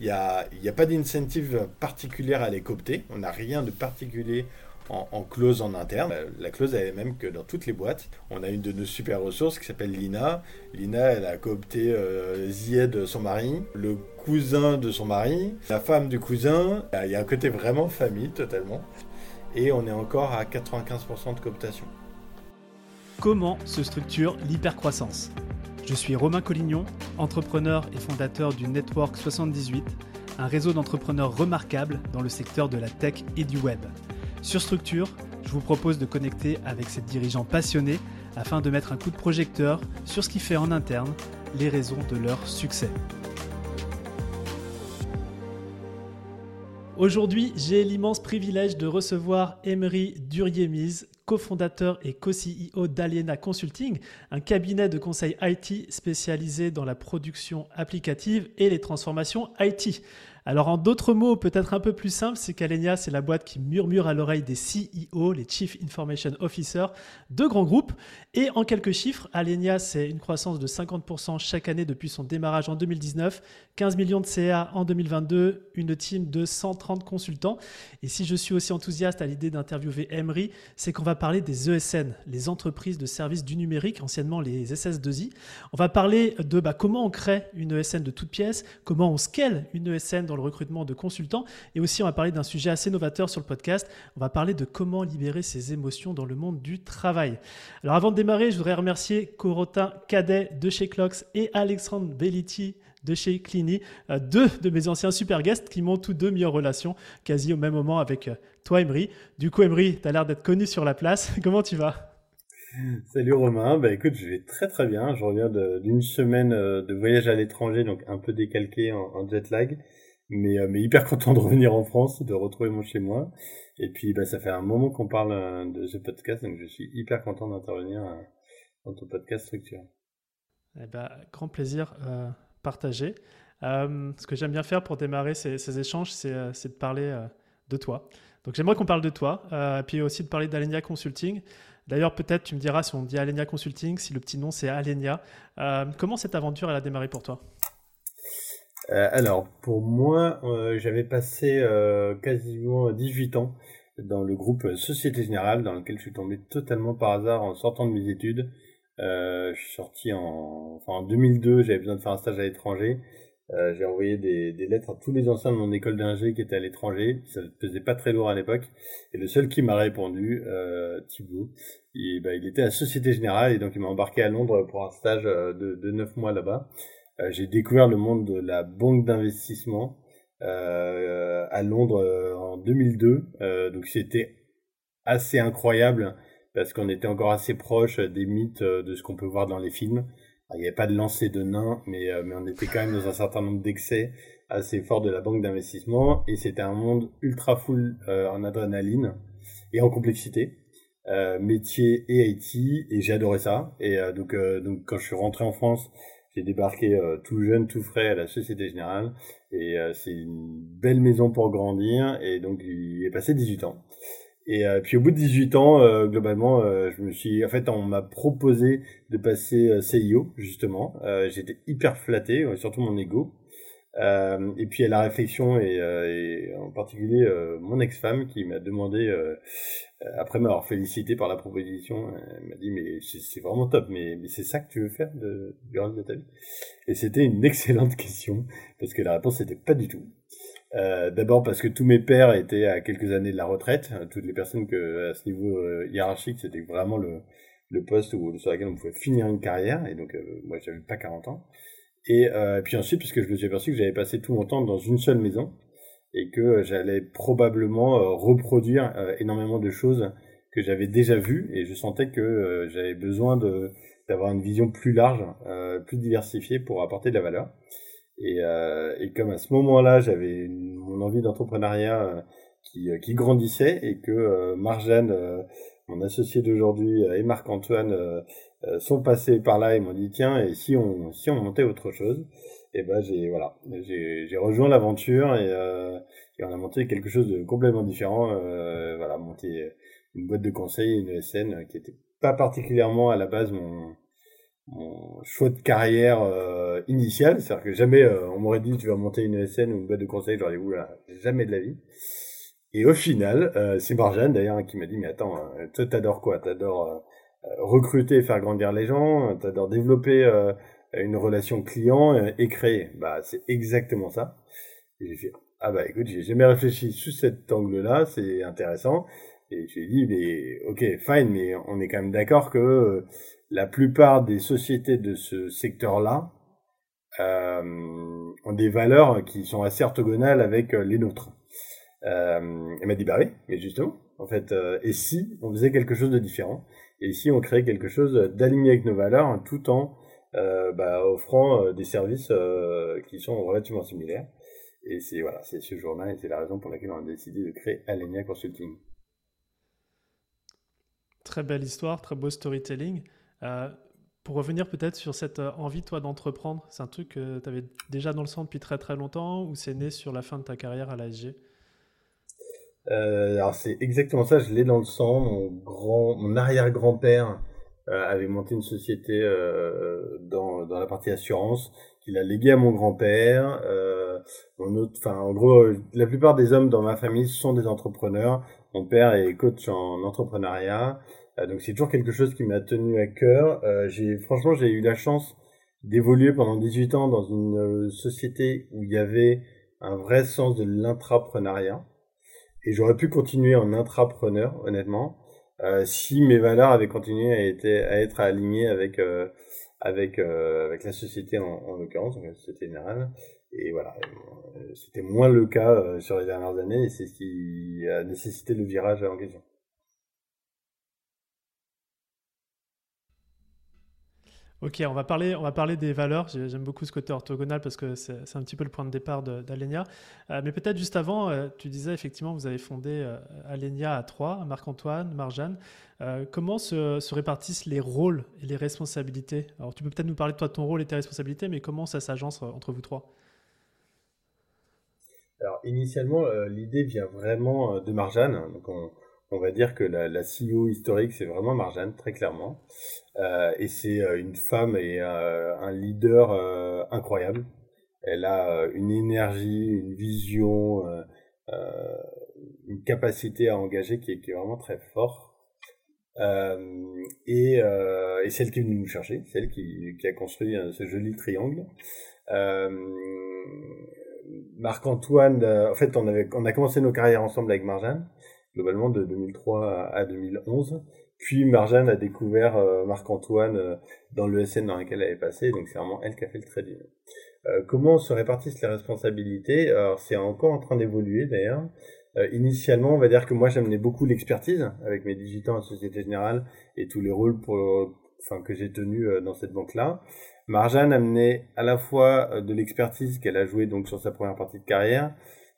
Il y a pas d'incentive particulière à les coopter. On n'a rien de particulier en clause en interne. La clause, elle est même que dans toutes les boîtes. On a une de nos super ressources qui s'appelle Lina. Lina, elle a coopté Zied, son mari, le cousin de son mari, la femme du cousin. Il y a un côté vraiment famille, totalement. Et on est encore à 95% de cooptation. Comment se structure l'hypercroissance ? Je suis Romain Collignon, entrepreneur et fondateur du Network 78, un réseau d'entrepreneurs remarquables dans le secteur de la tech et du web. Sur Structure, je vous propose de connecter avec ces dirigeants passionnés afin de mettre un coup de projecteur sur ce qui fait en interne les raisons de leur succès. Aujourd'hui, j'ai l'immense privilège de recevoir Emery Duriemiz, cofondateur et co-CEO d'Aliena Consulting, un cabinet de conseil IT spécialisé dans la production applicative et les transformations IT. Alors en d'autres mots, peut-être un peu plus simple, c'est qu'Aliena, c'est la boîte qui murmure à l'oreille des CEO, les Chief Information Officers de grands groupes. Et en quelques chiffres, Aliena, c'est une croissance de 50% chaque année depuis son démarrage en 2019, 15 millions de CA en 2022, une team de 130 consultants. Et si je suis aussi enthousiaste à l'idée d'interviewer Emery, c'est qu'on va parler des ESN, les entreprises de services du numérique, anciennement les SS2I. On va parler de comment on crée une ESN de toutes pièces, comment on scale une ESN dans le recrutement de consultants, et aussi on va parler d'un sujet assez novateur sur le podcast. On va parler de comment libérer ses émotions dans le monde du travail. Alors avant de démarrer, je voudrais remercier Corotin Cadet de chez Clocks et Alexandre Belliti de chez Clini, deux de mes anciens super guests qui m'ont tous deux mis en relation quasi au même moment avec toi, Emery. Du coup, Emery, tu as l'air d'être connu sur la place. Comment tu vas ? Salut Romain, bah écoute, je vais très très bien. Je reviens d'une semaine de voyage à l'étranger, donc un peu décalqué en jet lag, mais hyper content de revenir en France, de retrouver mon chez moi. Et puis ça fait un moment qu'on parle de ce podcast, donc je suis hyper content d'intervenir dans ton podcast Structure. Eh ben, grand plaisir partagé. Ce que j'aime bien faire pour démarrer ces échanges, c'est de parler de toi. Donc j'aimerais qu'on parle de toi, puis aussi de parler d'Alenia Consulting. D'ailleurs, peut-être tu me diras si on dit Alenia Consulting, si le petit nom c'est Alenia. Comment cette aventure elle a démarré pour toi ? Alors, pour moi, j'avais passé quasiment 18 ans dans le groupe Société Générale, dans lequel je suis tombé totalement par hasard en sortant de mes études. Je suis sorti en 2002, j'avais besoin de faire un stage à l'étranger. J'ai envoyé des lettres à tous les anciens de mon école d'ingé qui étaient à l'étranger. Ça ne pesait pas très lourd à l'époque. Et le seul qui m'a répondu, Thibaut, il était à Société Générale et donc il m'a embarqué à Londres pour un stage de 9 mois là-bas. J'ai découvert le monde de la banque d'investissement à Londres en 2002. Donc c'était assez incroyable parce qu'on était encore assez proche des mythes de ce qu'on peut voir dans les films. Alors, il n'y avait pas de lancer de nains, mais on était quand même dans un certain nombre d'excès assez forts de la banque d'investissement et c'était un monde ultra full en adrénaline et en complexité. Métier et IT et j'ai adoré ça et donc quand je suis rentré en France j'ai débarqué tout jeune, tout frais à la Société Générale et c'est une belle maison pour grandir et donc il est passé 18 ans. Et puis au bout de 18 ans, globalement, en fait, on m'a proposé de passer CIO, justement. J'étais hyper flatté, surtout mon ego. Et puis à la réflexion et en particulier mon ex-femme qui m'a demandé après m'avoir félicité par la proposition, elle m'a dit mais c'est vraiment top, mais c'est ça que tu veux faire du reste de ta vie? Et c'était une excellente question parce que la réponse c'était pas du tout. D'abord parce que tous mes pairs étaient à quelques années de la retraite, toutes les personnes que à ce niveau hiérarchique c'était vraiment le poste sur lequel on pouvait finir une carrière et donc moi j'avais pas 40 ans. Et puis ensuite, parce que je me suis aperçu que j'avais passé tout mon temps dans une seule maison et que j'allais probablement reproduire énormément de choses que j'avais déjà vues et je sentais que j'avais besoin d'avoir une vision plus large, plus diversifiée pour apporter de la valeur. Et comme à ce moment-là, j'avais mon envie d'entrepreneuriat qui grandissait et que Marjane, mon associé d'aujourd'hui, et Marc-Antoine sont passés par là et m'ont dit tiens, et si on montait autre chose? Et j'ai rejoint l'aventure et on a monté quelque chose de complètement différent. Monté une boîte de conseil, une ESN qui était pas particulièrement à la base mon choix de carrière initial. C'est-à-dire que jamais on m'aurait dit tu vas monter une ESN ou une boîte de conseil, j'aurais dit oula, jamais de la vie. Et au final, c'est Marjane d'ailleurs qui m'a dit mais attends, toi t'adores quoi? T'adores recruter et faire grandir les gens, t'adores développer une relation client et créer. Bah c'est exactement ça. Et j'ai fait ah bah écoute, j'ai jamais réfléchi sous cet angle-là, c'est intéressant. Et je lui ai dit mais ok fine, mais on est quand même d'accord que la plupart des sociétés de ce secteur-là ont des valeurs qui sont assez orthogonales avec les nôtres. Elle m'a dit bah oui, mais justement, en fait, et si on faisait quelque chose de différent, et si on créait quelque chose d'aligné avec nos valeurs, hein, tout en offrant des services qui sont relativement similaires. Et c'est voilà, c'est ce jour-là, et c'est la raison pour laquelle on a décidé de créer Alenia Consulting. Très belle histoire, très beau storytelling. Euh, pour revenir peut-être sur cette envie, toi, d'entreprendre, c'est un truc que tu avais déjà dans le sang depuis très très longtemps ou c'est né sur la fin de ta carrière à l'ASG? Alors c'est exactement ça, je l'ai dans le sang. Mon arrière-grand-père avait monté une société dans la partie assurance qu'il a légué à mon grand-père. En gros, la plupart des hommes dans ma famille sont des entrepreneurs. Mon père est coach en entrepreneuriat, donc c'est toujours quelque chose qui m'a tenu à cœur. Franchement, j'ai eu la chance d'évoluer pendant 18 ans dans une société où il y avait un vrai sens de l'intrapreneuriat. Et j'aurais pu continuer en intrapreneur, honnêtement, si mes valeurs avaient continué à être alignées avec la société en l'occurrence, donc la Société Générale. Et voilà, c'était moins le cas sur les dernières années, et c'est ce qui a nécessité le virage en question. Ok, on va parler des valeurs. J'aime beaucoup ce côté orthogonal parce que c'est un petit peu le point de départ d'Alenia. Mais peut-être juste avant, tu disais effectivement, vous avez fondé Alenia à trois, Marc-Antoine, Marjane. Comment se répartissent les rôles et les responsabilités? Alors, tu peux peut-être nous parler de toi, de ton rôle et tes responsabilités, mais comment ça s'agence entre vous trois? Alors initialement, l'idée vient vraiment de Marjane. Donc on va dire que la CEO historique, c'est vraiment Marjane, très clairement. Et c'est une femme et un leader incroyable. Elle a une énergie, une vision, euh, une capacité à engager qui est vraiment très forte. Et celle qui est venue nous chercher, celle qui a construit ce joli triangle. Euh, Marc-Antoine, en fait, on a commencé nos carrières ensemble avec Marjane, globalement de 2003 à 2011. Puis Marjane a découvert Marc-Antoine dans l'ESN dans lequel elle avait passé, donc c'est vraiment elle qui a fait le trading. Comment se répartissent les responsabilités? Alors c'est encore en train d'évoluer d'ailleurs. Initialement, on va dire que moi j'amenais beaucoup l'expertise avec mes 18 ans à Société Générale et tous les rôles que j'ai tenus dans cette banque-là. Marjane amenait à la fois de l'expertise qu'elle a joué donc sur sa première partie de carrière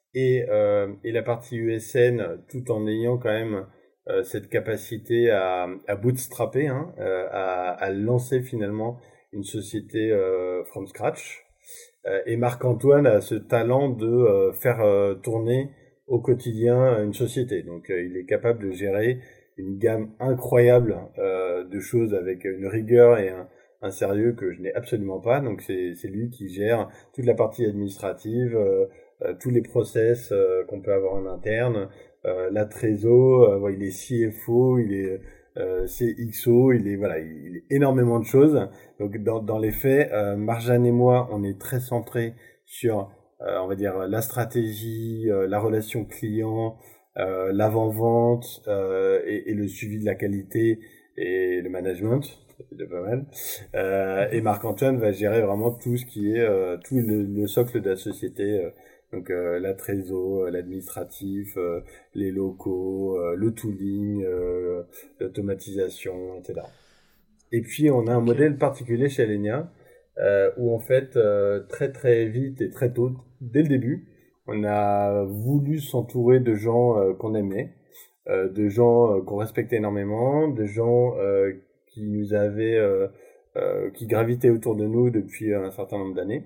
et la partie USN tout en ayant quand même cette capacité à bootstrapper, hein, à lancer finalement une société from scratch. Et Marc-Antoine a ce talent de faire tourner au quotidien une société. Donc il est capable de gérer une gamme incroyable de choses avec une rigueur et un sérieux que je n'ai absolument pas. Donc c'est lui qui gère toute la partie administrative, tous les process qu'on peut avoir en interne, la trésor, il est CFO, il est CXO, il est énormément de choses. Donc dans les faits, Marjane et moi, on est très centrés sur, on va dire, la stratégie, la relation client, l'avant-vente et le suivi de la qualité et le management. C'est pas mal. Et Marc-Antoine va gérer vraiment tout ce qui est tout le socle de la société. Donc la trésor, l'administratif, les locaux, le tooling, l'automatisation, etc. Et puis on a un Ok. modèle particulier chez Alenia où en fait très très vite et très tôt, dès le début, on a voulu s'entourer de gens qu'on aimait, de gens qu'on respectait énormément, de gens qui nous avaient qui gravitaient autour de nous depuis un certain nombre d'années.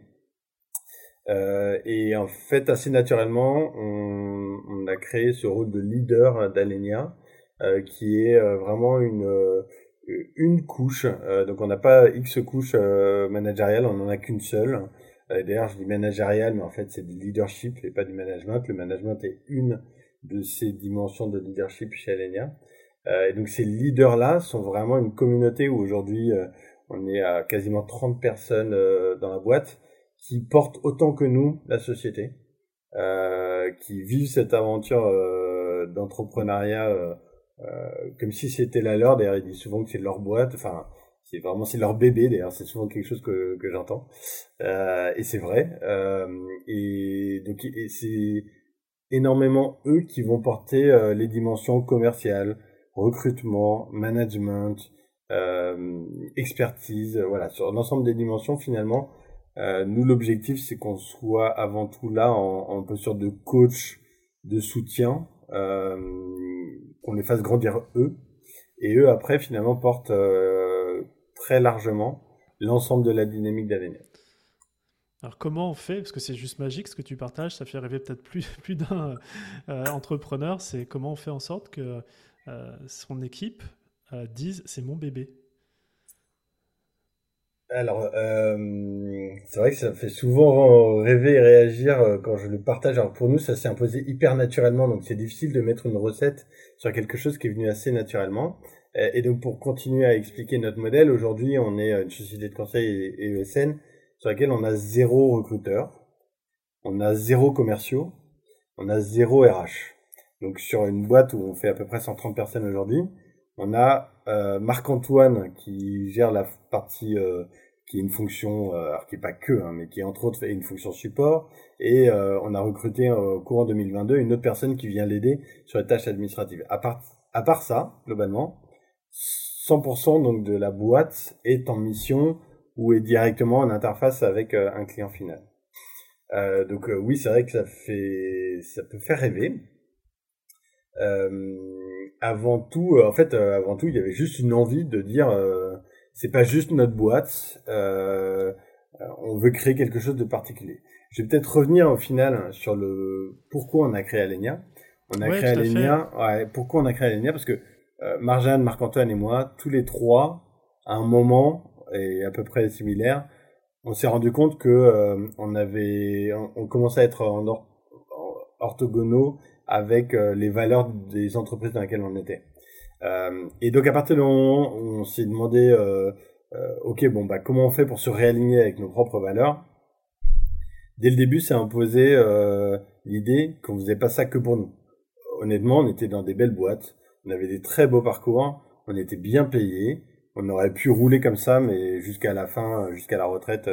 Et en fait, assez naturellement, on a créé ce rôle de leader d'Alenia, qui est vraiment une couche. Donc on n'a pas X couches managériales, on n'en a qu'une seule. D'ailleurs, je dis managériale, mais en fait, c'est du leadership et pas du management. Le management est une de ces dimensions de leadership chez Alenia. Et donc ces leaders-là sont vraiment une communauté où aujourd'hui, on est à quasiment 30 personnes dans la boîte qui portent autant que nous la société, qui vivent cette aventure d'entrepreneuriat comme si c'était la leur. D'ailleurs, ils disent souvent que c'est leur boîte. Enfin, c'est leur bébé. D'ailleurs, c'est souvent quelque chose que j'entends. Et c'est vrai. Et donc, c'est énormément eux qui vont porter les dimensions commerciales, recrutement, management, expertise. Voilà, sur l'ensemble des dimensions, finalement, nous, l'objectif, c'est qu'on soit avant tout là en posture de coach, de soutien, qu'on les fasse grandir eux, et eux après finalement portent très largement l'ensemble de la dynamique d'Alenia. Alors comment on fait, parce que c'est juste magique ce que tu partages, ça fait rêver peut-être plus d'un entrepreneur, c'est comment on fait en sorte que son équipe dise c'est mon bébé. Alors, c'est vrai que ça fait souvent rêver et réagir quand je le partage. Alors pour nous, ça s'est imposé hyper naturellement, donc c'est difficile de mettre une recette sur quelque chose qui est venu assez naturellement. Et donc pour continuer à expliquer notre modèle, aujourd'hui on est une société de conseil et ESN sur laquelle on a 0 recruteur, on a 0 commerciaux, on a 0 RH. Donc sur une boîte où on fait à peu près 130 personnes aujourd'hui, on a Marc-Antoine qui gère la partie qui est une fonction, alors qui est pas que, hein, mais qui entre autres fait une fonction support. Et on a recruté au courant 2022 une autre personne qui vient l'aider sur les tâches administratives. À part ça, globalement, 100% donc de la boîte est en mission ou est directement en interface avec un client final. Donc oui, c'est vrai que ça peut faire rêver. Avant tout, il y avait juste une envie de dire, c'est pas juste notre boîte, on veut créer quelque chose de particulier. Je vais peut-être revenir au final sur le pourquoi on a créé Alenia. Pourquoi on a créé Alenia? Parce que Marjane, Marc-Antoine et moi, tous les trois, à un moment, et à peu près similaire, on s'est rendu compte que on commençait à être en orthogonaux avec les valeurs des entreprises dans lesquelles on était. Et donc à partir du moment où on s'est demandé ok, bon bah comment on fait pour se réaligner avec nos propres valeurs, dès le début c'est imposé l'idée qu'on faisait pas ça que pour nous. Honnêtement, on était dans des belles boîtes, on avait des très beaux parcours, on était bien payés, on aurait pu rouler comme ça, mais jusqu'à la fin, jusqu'à la retraite,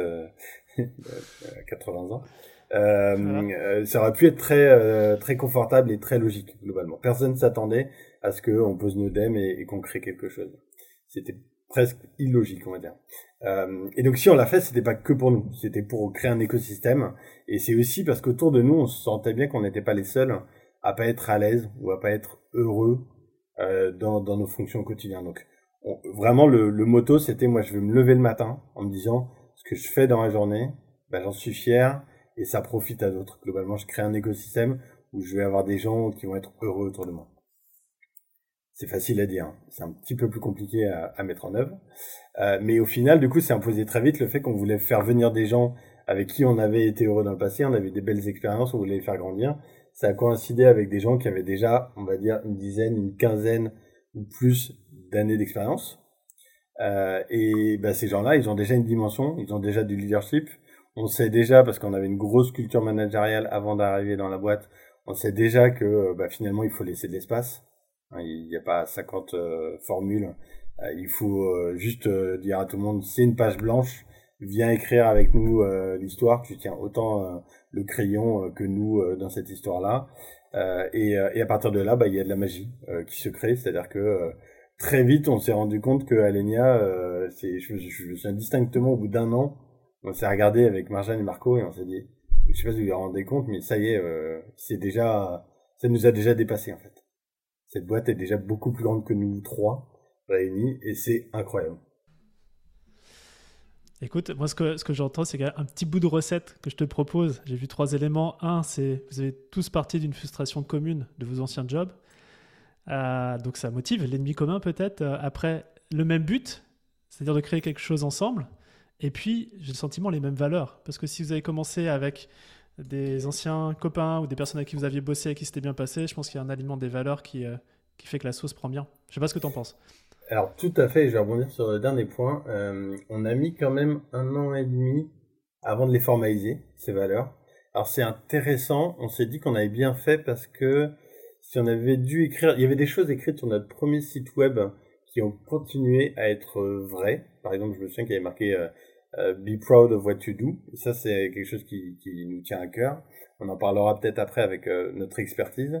80 ans. Ça aurait pu être très confortable et très logique, globalement. Personne ne s'attendait à ce qu'on pose nos dèmes et qu'on crée quelque chose. C'était presque illogique, on va dire. Et donc si on l'a fait, c'était pas que pour nous, c'était pour créer un écosystème. Et c'est aussi parce qu'autour de nous, on se sentait bien qu'on n'était pas les seuls à pas être à l'aise ou à pas être heureux dans nos fonctions quotidiennes. Donc vraiment le motto, c'était moi je veux me lever le matin en me disant ce que je fais dans la journée, ben, j'en suis fier et ça profite à d'autres. Globalement, je crée un écosystème où je vais avoir des gens qui vont être heureux autour de moi. C'est facile à dire, c'est un petit peu plus compliqué à mettre en œuvre. Mais au final, du coup, c'est imposé très vite le fait qu'on voulait faire venir des gens avec qui on avait été heureux dans le passé, on avait eu des belles expériences, on voulait les faire grandir. Ça a coïncidé avec des gens qui avaient déjà, on va dire, une dizaine, une quinzaine ou plus d'années d'expérience. Et bah, ces gens-là, ils ont déjà une dimension, ils ont déjà du leadership. On sait déjà, parce qu'on avait une grosse culture managériale avant d'arriver dans la boîte, on sait déjà que bah, finalement, il faut laisser de l'espace. Il n'y a pas 50 formules. Il faut juste dire à tout le monde, c'est une page blanche, viens écrire avec nous l'histoire. Tu tiens autant le crayon que nous dans cette histoire-là. Et à partir de là, bah, il y a de la magie qui se crée. C'est-à-dire que très vite, on s'est rendu compte que Alenia, je me souviens distinctement au bout d'un an, on s'est regardé avec Marjane et Marco et on s'est dit, je sais pas si vous vous rendez compte, mais ça y est, ça nous a déjà dépassé en fait. Cette boîte est déjà beaucoup plus grande que nous trois réunis et c'est incroyable. Écoute, moi ce que j'entends, c'est un petit bout de recette que je te propose. J'ai vu 3 éléments. Un, c'est vous avez tous parti d'une frustration commune de vos anciens jobs. Donc ça motive l'ennemi commun peut-être. Après, le même but, c'est-à-dire de créer quelque chose ensemble. Et puis, j'ai le sentiment les mêmes valeurs. Parce que si vous avez commencé avec des anciens copains ou des personnes avec qui vous aviez bossé et qui s'était bien passé, je pense qu'il y a un alignement des valeurs qui fait que la sauce prend bien. Je sais pas ce que tu en penses. Alors tout à fait, je vais rebondir sur le dernier point. On a mis quand même 1 an et demi avant de les formaliser, ces valeurs. Alors c'est intéressant, on s'est dit qu'on avait bien fait parce que si on avait dû écrire, il y avait des choses écrites sur notre premier site web qui ont continué à être vraies. Par exemple, je me souviens qu'il y avait marqué Be proud of what you do. Et ça, c'est quelque chose qui nous tient à cœur. On en parlera peut-être après avec notre expertise.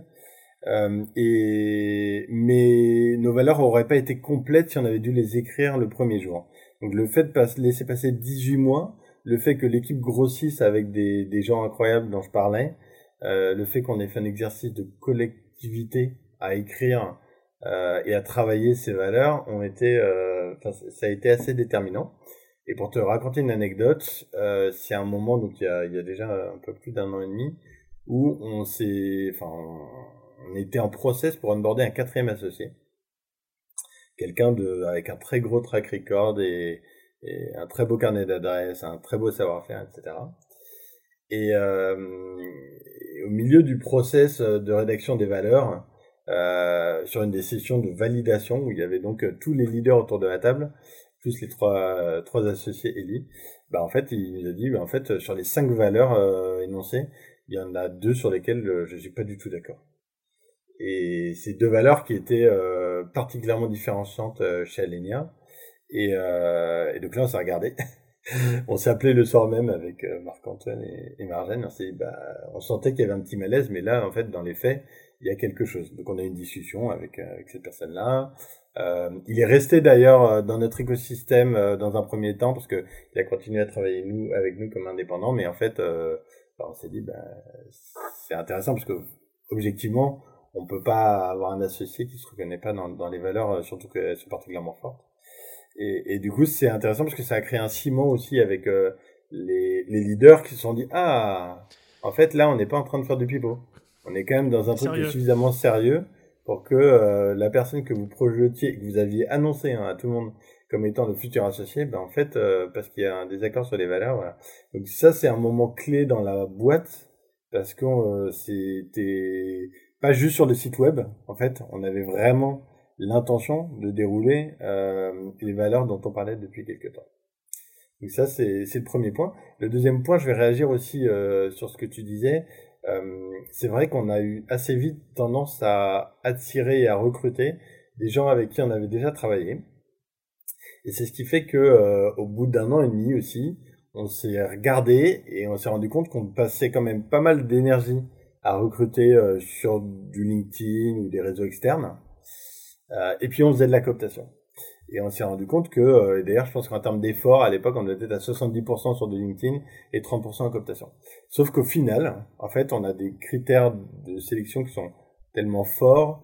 Mais nos valeurs auraient pas été complètes si on avait dû les écrire le premier jour. Donc le fait de laisser passer 18 mois, le fait que l'équipe grossisse avec des gens incroyables dont je parlais, le fait qu'on ait fait un exercice de collectivité à écrire et à travailler ces valeurs ça a été assez déterminant. Et pour te raconter une anecdote, c'est un moment, donc il y a déjà un peu plus d'1 an et demi, où on était en process pour onboarder un 4e associé. Avec un très gros track record et un très beau carnet d'adresses, un très beau savoir-faire, etc. Et au milieu du process de rédaction des valeurs, sur une des sessions de validation où il y avait donc tous les leaders autour de la table, plus les trois associés élus, en fait, il nous a dit, en fait, sur les 5 valeurs énoncées, il y en a 2 sur lesquelles je suis pas du tout d'accord. Et ces 2 valeurs qui étaient particulièrement différenciantes chez Alenia. Et donc là, on s'est regardé. On s'est appelé le soir même avec Marc-Antoine et Marjane. On sentait qu'il y avait un petit malaise, mais là, en fait, dans les faits, il y a quelque chose. Donc on a eu une discussion avec cette personne-là. Il est resté d'ailleurs dans notre écosystème dans un premier temps parce que il a continué à travailler avec nous comme indépendant. Mais en fait, on s'est dit, c'est intéressant parce que objectivement, on peut pas avoir un associé qui se reconnaît pas dans les valeurs, surtout qu'elles sont particulièrement fortes. Et du coup, c'est intéressant parce que ça a créé un ciment aussi avec les leaders qui se sont dit, en fait, là, on n'est pas en train de faire du pipeau. On est quand même dans un truc suffisamment sérieux pour que la personne que vous projetiez, que vous aviez annoncé à tout le monde comme étant le futur associé, en fait, parce qu'il y a un désaccord sur les valeurs, voilà. Donc ça, c'est un moment clé dans la boîte parce que c'était pas juste sur le site web. En fait, on avait vraiment l'intention de dérouler les valeurs dont on parlait depuis quelque temps. Donc ça, c'est le premier point. Le deuxième point, je vais réagir aussi sur ce que tu disais. C'est vrai qu'on a eu assez vite tendance à attirer et à recruter des gens avec qui on avait déjà travaillé. Et c'est ce qui fait que au bout d'1 an et demi aussi, on s'est regardé et on s'est rendu compte qu'on passait quand même pas mal d'énergie à recruter sur du LinkedIn ou des réseaux externes. Et puis on faisait de la cooptation. Et on s'est rendu compte que, et d'ailleurs je pense qu'en termes d'effort, à l'époque on était à 70% sur du LinkedIn et 30% en cooptation. Sauf qu'au final, en fait, on a des critères de sélection qui sont tellement forts,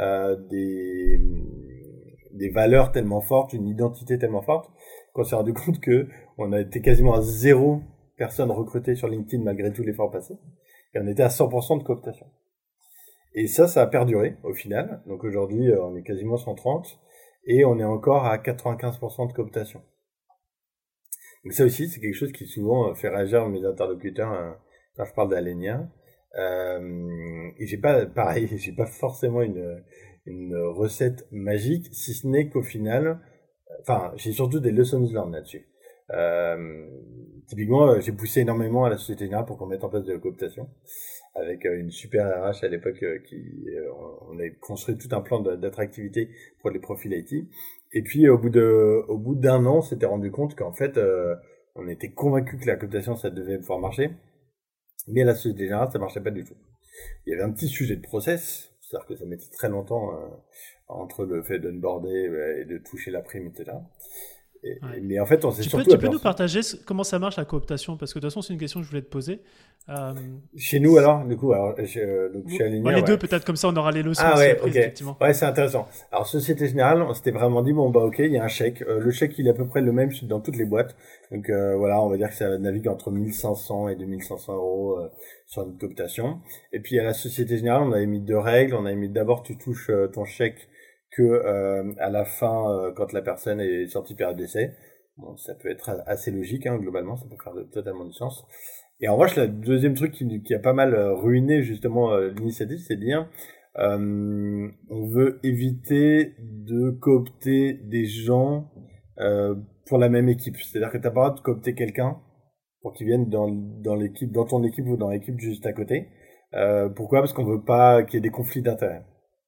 des valeurs tellement fortes, une identité tellement forte, qu'on s'est rendu compte que on a été quasiment à 0 personnes recrutées sur LinkedIn malgré tout l'effort passé. Et on était à 100% de cooptation. Et ça a perduré au final. Donc aujourd'hui, on est quasiment 130 et on est encore à 95% de cooptation. Donc ça aussi, c'est quelque chose qui souvent fait réagir mes interlocuteurs quand je parle d'Alenia. Et j'ai pas forcément une recette magique, si ce n'est qu'au final, j'ai surtout des lessons learned là-dessus. Typiquement, j'ai poussé énormément à la Société Générale pour qu'on mette en place de la cooptation avec une super RH à l'époque on avait construit tout un plan d'attractivité pour les profils IT. Et puis au bout d'1 an, on s'était rendu compte qu'en fait on était convaincu que la cooptation ça devait pouvoir marcher, mais à la Société Générale ça marchait pas du tout. Il y avait un petit sujet de process, c'est-à-dire que ça mettait très longtemps entre le fait d'onboarder et de toucher la prime, etc. Ouais. Mais en fait, on s'est Tu peux nous partager comment ça marche la cooptation? Parce que de toute façon, c'est une question que je voulais te poser. Chez nous, alors, du coup, chez Alenia, les deux, peut-être comme ça, on aura les leçons ouais, apprises, effectivement. Ouais, c'est intéressant. Alors, Société Générale, on s'était vraiment dit, ok, il y a un chèque. Le chèque, il est à peu près le même dans toutes les boîtes. Donc, voilà, on va dire que ça navigue entre 1500 et 2500 euros sur une cooptation. Et puis, à la Société Générale, on avait mis 2 règles. On avait mis d'abord, tu touches ton chèque que à la fin, quand la personne est sortie période d'essai. Bon, ça peut être assez logique, hein, globalement, ça peut faire totalement du sens. Et en revanche, le deuxième truc qui a pas mal ruiné justement l'initiative, c'est de dire on veut éviter de coopter des gens pour la même équipe. C'est-à-dire que t'as pas le droit de coopter quelqu'un pour qu'il vienne dans l'équipe, dans ton équipe ou dans l'équipe juste à côté. Pourquoi? Parce qu'on veut pas qu'il y ait des conflits d'intérêts.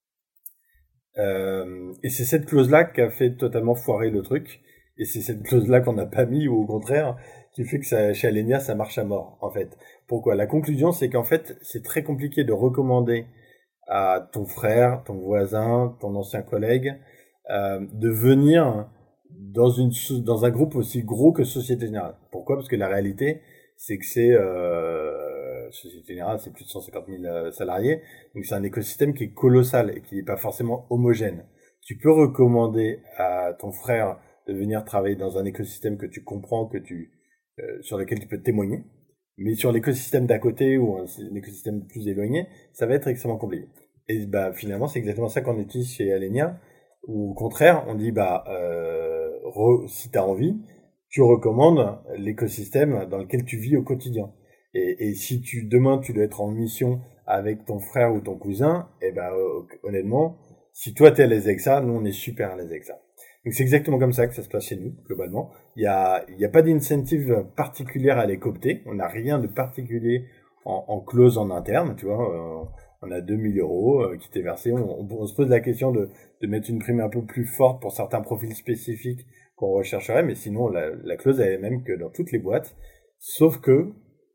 Et c'est cette clause-là qui a fait totalement foirer le truc. Et c'est cette clause-là qu'on n'a pas mis, ou au contraire, qui fait que ça, chez Alenia, ça marche à mort, en fait. Pourquoi? La conclusion, c'est qu'en fait, c'est très compliqué de recommander à ton frère, ton voisin, ton ancien collègue, de venir dans un groupe aussi gros que Société Générale. Pourquoi? Parce que la réalité, c'est que Société Générale, c'est plus de 150 000 salariés, donc c'est un écosystème qui est colossal et qui n'est pas forcément homogène. Tu peux recommander à ton frère de venir travailler dans un écosystème que tu comprends, sur lequel tu peux témoigner, mais sur l'écosystème d'à côté ou un écosystème plus éloigné, ça va être extrêmement compliqué. Et bah finalement, c'est exactement ça qu'on utilise chez Alenia, où au contraire, on dit si tu as envie, tu recommandes l'écosystème dans lequel tu vis au quotidien. Et si demain tu dois être en mission avec ton frère ou ton cousin, honnêtement, si toi t'es à l'aise avec ça, nous on est super à l'aise avec ça. Donc c'est exactement comme ça que ça se passe chez nous, globalement. Il y a pas d'incentive particulière à les coopter. On n'a rien de particulier en clause en interne, tu vois. On a 2 000 € qui t'est versé. On se pose la question de mettre une prime un peu plus forte pour certains profils spécifiques qu'on rechercherait, mais sinon la clause elle est même que dans toutes les boîtes. Sauf que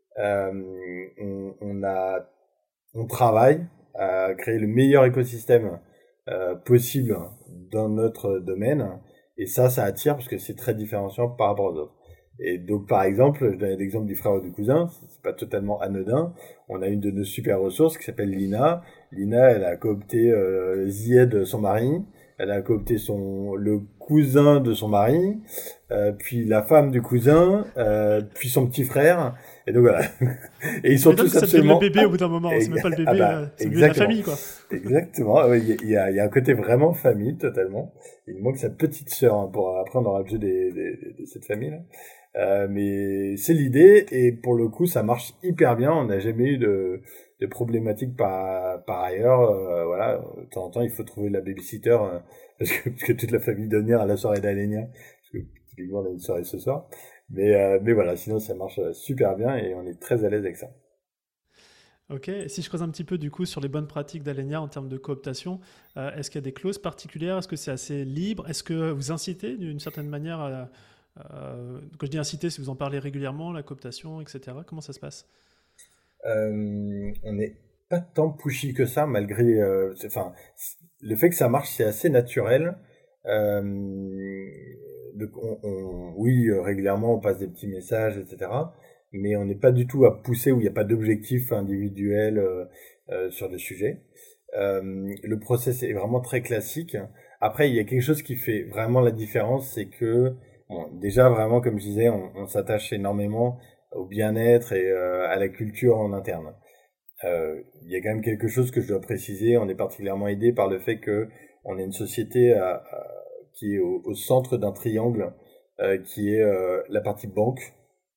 on travaille à créer le meilleur écosystème possible dans notre domaine, et ça attire parce que c'est très différenciant par rapport aux autres. Et donc par exemple, je donne l'exemple du frère ou du cousin, c'est pas totalement anodin. On a une de nos super ressources qui s'appelle Lina. Lina, elle a coopté Zied, son mari, elle a coopté le cousin de son mari, puis la femme du cousin, puis son petit frère. Et donc voilà. Et ils sont tous absolument... Ça devient le bébé au bout d'un moment. C'est même pas le bébé, c'est la famille, quoi. Exactement. Il y a un côté vraiment famille, totalement. Il manque sa petite sœur, hein, pour après on aura le jeu de cette famille-là. Mais c'est l'idée, et pour le coup, ça marche hyper bien. On n'a jamais eu de problématiques par ailleurs. Voilà. De temps en temps, il faut trouver la babysitter, parce que toute la famille doit venir à la soirée d'Alenia. Parce que typiquement, on a une soirée ce soir. Mais voilà, sinon ça marche super bien et on est très à l'aise avec ça. Ok, et si je creuse un petit peu du coup sur les bonnes pratiques d'Alenia en termes de cooptation, est-ce qu'il y a des clauses particulières? Est-ce que c'est assez libre? Est-ce que vous incitez d'une certaine manière quand je dis inciter, si vous en parlez régulièrement, la cooptation, etc. Comment ça se passe? On n'est pas tant pushy que ça, malgré... le fait que ça marche, c'est assez naturel. Donc oui, régulièrement, on passe des petits messages, etc. Mais on n'est pas du tout à pousser où il n'y a pas d'objectif individuel sur le sujet. Le process est vraiment très classique. Après, il y a quelque chose qui fait vraiment la différence, c'est que déjà vraiment, comme je disais, on s'attache énormément au bien-être et à la culture en interne. Il y a quand même quelque chose que je dois préciser. On est particulièrement aidé par le fait que on est une société qui est au centre d'un triangle qui est la partie banque,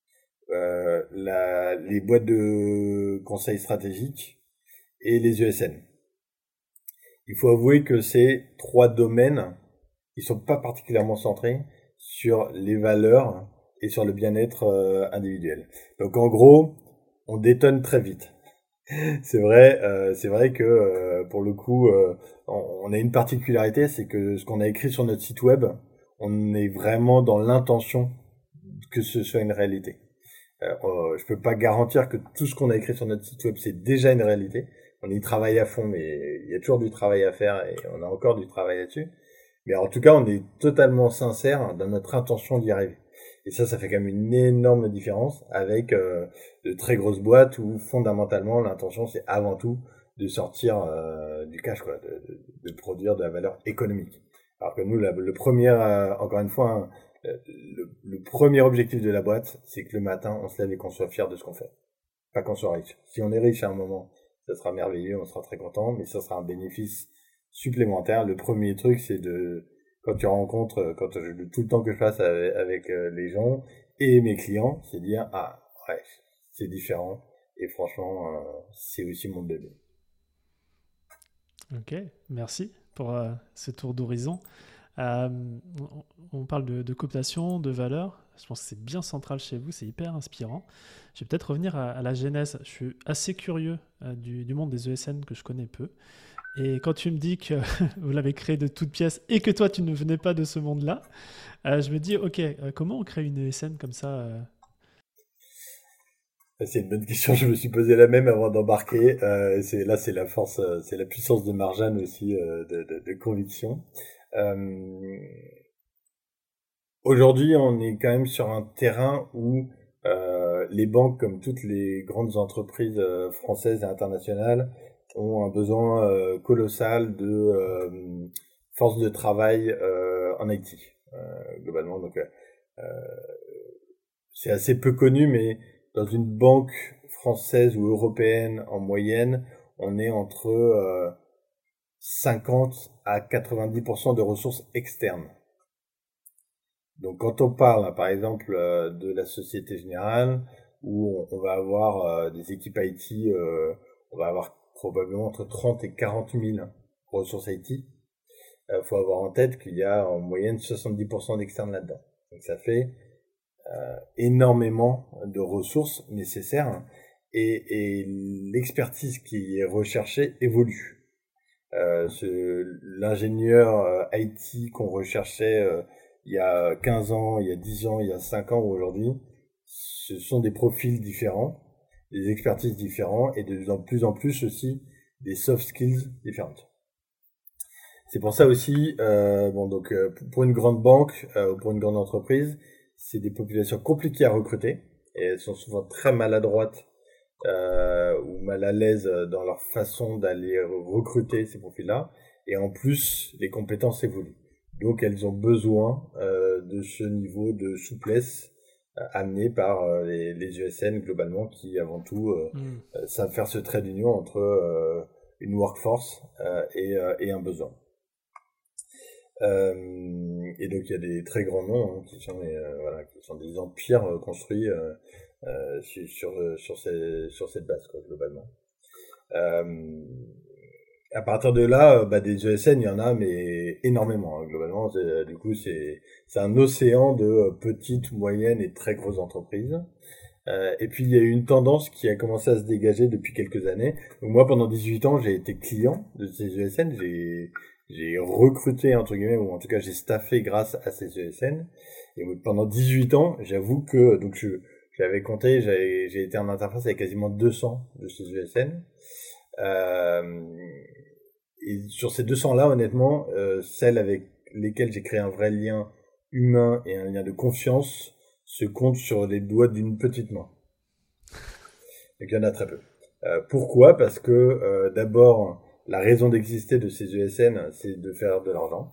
les boîtes de conseil stratégique et les ESN. Il faut avouer que ces 3 domaines, ils sont pas particulièrement centrés sur les valeurs et sur le bien-être individuel. Donc en gros, on détonne très vite. C'est vrai que pour le coup, on a une particularité, c'est que ce qu'on a écrit sur notre site web, on est vraiment dans l'intention que ce soit une réalité. Je peux pas garantir que tout ce qu'on a écrit sur notre site web, c'est déjà une réalité. On y travaille à fond, mais il y a toujours du travail à faire et on a encore du travail là-dessus. Mais en tout cas, on est totalement sincère dans notre intention d'y arriver. Et ça fait quand même une énorme différence avec de très grosses boîtes où fondamentalement l'intention c'est avant tout de sortir du cash, quoi, de produire de la valeur économique. Alors que nous, le premier, encore une fois, hein, le premier objectif de la boîte, c'est que le matin on se lève et qu'on soit fier de ce qu'on fait, pas qu'on soit riche. Si on est riche à un moment, ça sera merveilleux, on sera très content, mais ça sera un bénéfice supplémentaires. Le premier truc, c'est quand tout le temps que je passe avec les gens et mes clients, c'est dire, ah, ouais, c'est différent. Et franchement, c'est aussi mon bébé. Ok, merci pour ce tour d'horizon. Euh, on parle de cooptation, de valeur. Je pense que c'est bien central chez vous, c'est hyper inspirant. Je vais peut-être revenir à la genèse. Je suis assez curieux du monde des ESN que je connais peu. Et quand tu me dis que vous l'avez créé de toutes pièces et que toi, tu ne venais pas de ce monde-là, je me dis, ok, comment on crée une ESN comme ça C'est une bonne question, je me suis posé la même avant d'embarquer. C'est la force, c'est la puissance de Marjane aussi, de conviction. Euh, Aujourd'hui, on est quand même sur un terrain où les banques, comme toutes les grandes entreprises françaises et internationales, ont un besoin colossal de force de travail en IT, globalement. Donc, c'est assez peu connu, mais dans une banque française ou européenne en moyenne, on est entre 50 à 90% de ressources externes. Donc quand on parle, par exemple, de la Société Générale, où on va avoir des équipes IT, on va avoir probablement entre 30 et 40 000 ressources IT. Faut avoir en tête qu'il y a en moyenne 70% d'externes là-dedans. Donc ça fait énormément de ressources nécessaires et l'expertise qui est recherchée évolue. L'ingénieur IT qu'on recherchait il y a 15 ans, il y a 10 ans, il y a 5 ans ou aujourd'hui, ce sont des profils différents, des expertises différentes et de plus en plus aussi des soft skills différentes. C'est pour ça aussi, pour une grande banque ou pour une grande entreprise, c'est des populations compliquées à recruter et elles sont souvent très maladroites ou mal à l'aise dans leur façon d'aller recruter ces profils-là. Et en plus, les compétences évoluent. Donc, elles ont besoin de ce niveau de souplesse amené par les ESN globalement, qui avant tout savent faire ce trait d'union entre une workforce et un besoin. Et donc il y a des très grands noms qui sont des empires construits sur cette base quoi, globalement. À partir de là, des ESN, il y en a, mais énormément. Hein, globalement, du coup, c'est un océan de petites, moyennes et très grosses entreprises. Et puis, il y a eu une tendance qui a commencé à se dégager depuis quelques années. Donc, moi, pendant 18 ans, j'ai été client de ces ESN. J'ai recruté, entre guillemets, ou en tout cas, j'ai staffé grâce à ces ESN. Et pendant 18 ans, j'avoue que, donc, j'avais compté, j'ai été en interface avec quasiment 200 de ces ESN. Et sur ces 200-là, honnêtement, celles avec lesquelles j'ai créé un vrai lien humain et un lien de confiance se comptent sur les doigts d'une petite main. Donc il y en a très peu. Pourquoi ? Parce que d'abord, la raison d'exister de ces ESN, c'est de faire de l'argent.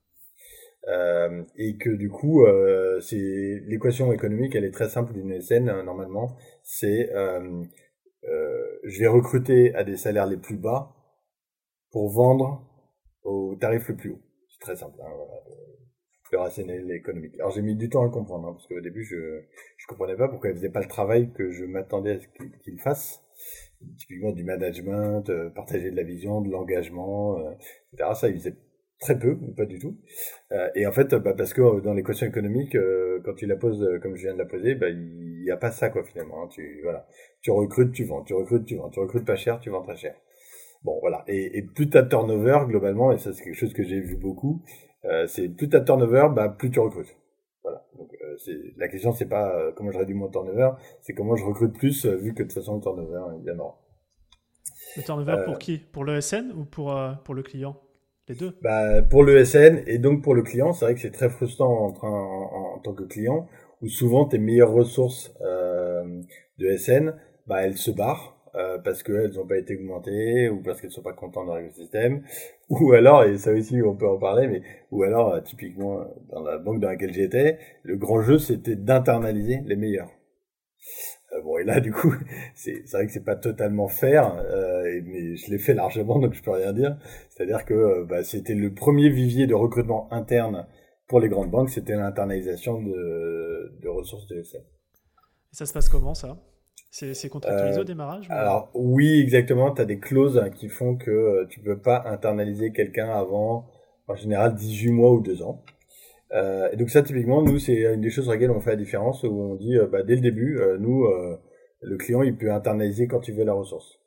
Et que du coup, c'est l'équation économique, elle est très simple d'une ESN, normalement. C'est je vais recruter à des salaires les plus bas pour vendre au tarif le plus haut. C'est très simple, hein, voilà, le rationnel économique. Alors j'ai mis du temps à le comprendre, hein, parce qu'au début je comprenais pas pourquoi ils faisaient pas le travail que je m'attendais à ce qu'ils fassent. Typiquement du management, partager de la vision, de l'engagement, etc. Ça ils faisaient très peu ou pas du tout. Et en fait, parce que dans l'équation économique, quand tu la poses comme je viens de la poser, il y a pas ça quoi finalement. Hein, tu recrutes, tu vends, tu recrutes, tu vends, tu recrutes pas cher, tu vends très cher. Bon, voilà. Et plus t'as de turnover, globalement, et ça, c'est quelque chose que j'ai vu beaucoup, c'est plus t'as de turnover, plus tu recrutes. Voilà. Donc, la question, c'est pas comment je réduis mon turnover, c'est comment je recrute plus, vu que de toute façon, le turnover, il y en aura. Le turnover pour qui ? Pour l'ESN ou pour le client ? Les deux ? Pour le SN et donc pour le client, c'est vrai que c'est très frustrant en tant que client, où souvent tes meilleures ressources de SN, elles se barrent parce qu'elles n'ont pas été augmentées ou parce qu'elles sont pas contentes dans l'écosystème, ou alors, et ça aussi on peut en parler, mais ou alors typiquement dans la banque dans laquelle j'étais, le grand jeu c'était d'internaliser les meilleurs. Bon, et là, du coup, c'est vrai que c'est pas totalement fair, mais je l'ai fait largement, donc je peux rien dire. C'est-à-dire que c'était le premier vivier de recrutement interne pour les grandes banques, c'était l'internalisation de ressources de l'ESN. Et ça se passe comment, ça? C'est contractualisé au Euh, démarrage ou... alors oui, exactement, tu as des clauses qui font que tu peux pas internaliser quelqu'un avant, en général, 18 mois ou 2 ans. Et donc ça, typiquement, nous, c'est une des choses sur lesquelles on fait la différence, où on dit, dès le début, le client, il peut internaliser quand il veut la ressource.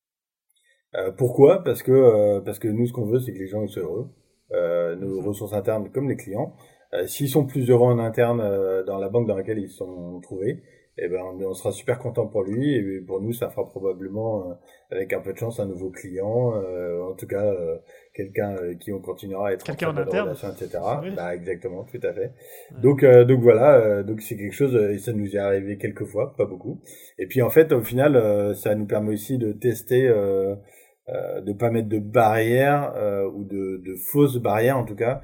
Pourquoi? Parce que nous, ce qu'on veut, c'est que les gens soient heureux. Nos Mhm. ressources internes, comme les clients, s'ils sont plus heureux en interne dans la banque dans laquelle ils sont trouvés, eh ben, on sera super content pour lui. Et pour nous, ça fera probablement, avec un peu de chance, un nouveau client. En tout cas, quelqu'un avec qui on continuera à être en Quelqu'un très en bonne interne? relation, etc. Oui. Bah, exactement, tout à fait. Ouais. Donc voilà, donc c'est quelque chose, et ça nous est arrivé quelques fois, pas beaucoup. Et puis en fait, au final, ça nous permet aussi de tester. De pas mettre de barrières ou de fausses barrières en tout cas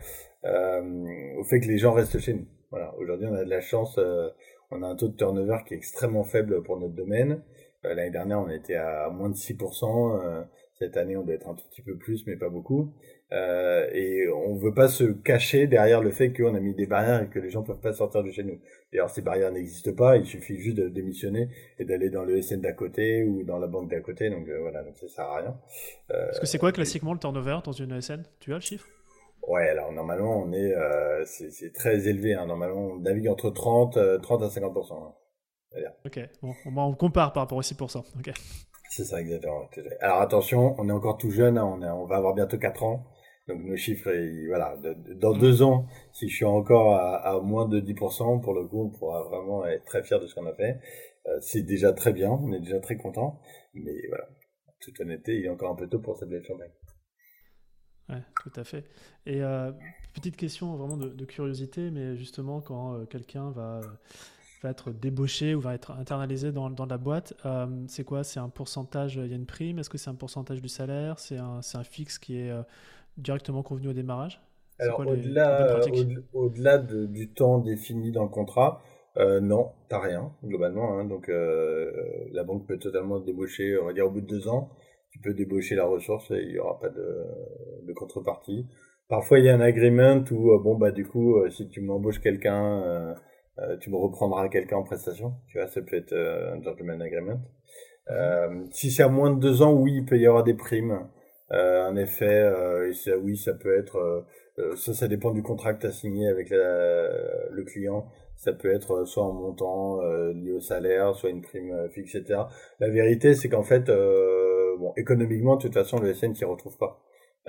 au fait que les gens restent chez nous. Voilà, aujourd'hui on a de la chance, on a un taux de turnover qui est extrêmement faible pour notre domaine. L'année dernière on était à moins de 6%, cette année on doit être un tout petit peu plus mais pas beaucoup. Et on veut pas se cacher derrière le fait qu'on a mis des barrières et que les gens peuvent pas sortir de chez nous. D'ailleurs ces barrières n'existent pas, il suffit juste de démissionner et d'aller dans le SN d'à côté ou dans la banque d'à côté, donc voilà, donc ça sert à rien. Parce que c'est quoi Mais classiquement le turnover dans une ESN? Tu as le chiffre? ouais, alors normalement on est, c'est très élevé, hein. Normalement on navigue entre 30 à 50%, hein, on va dire. Ok, bon, au moins on compare par rapport au 6%. Ok. C'est ça exactement. Alors attention, on est encore tout jeune, hein, on va avoir bientôt 4 ans. Donc nos chiffres, voilà, dans Mm. 2 ans, si je suis encore à moins de 10%, pour le coup, on pourra vraiment être très fier de ce qu'on a fait. C'est déjà très bien, on est déjà très content. Mais voilà, en toute honnêteté, il est encore un peu tôt pour s'appeler le champagne. Ouais, tout à fait. Et petite question vraiment de curiosité, mais justement, quand quelqu'un va être débauché ou va être internalisé dans la boîte, c'est quoi? C'est un pourcentage, il y a une prime? Est-ce que c'est un pourcentage du salaire? C'est un fixe qui est directement convenu au démarrage? C'est Alors quoi les bonnes pratiques? au-delà du temps défini dans le contrat, non, t'as rien globalement, hein. Donc la banque peut totalement débaucher, on va dire au bout de 2 ans, tu peux débaucher la ressource et il y aura pas de contrepartie. Parfois il y a un agreement où du coup si tu m'embauches quelqu'un, tu me reprendras quelqu'un en prestation. Tu vois, ça peut être un gentleman agreement. Mhm. Si c'est à moins de 2 ans, oui, il peut y avoir des primes. En effet, et oui, ça peut être. Ça dépend du contrat que tu as signé avec le client. Ça peut être soit en montant lié au salaire, soit une prime fixe, etc. La vérité, c'est qu'en fait, économiquement, de toute façon, le SN s'y retrouve pas.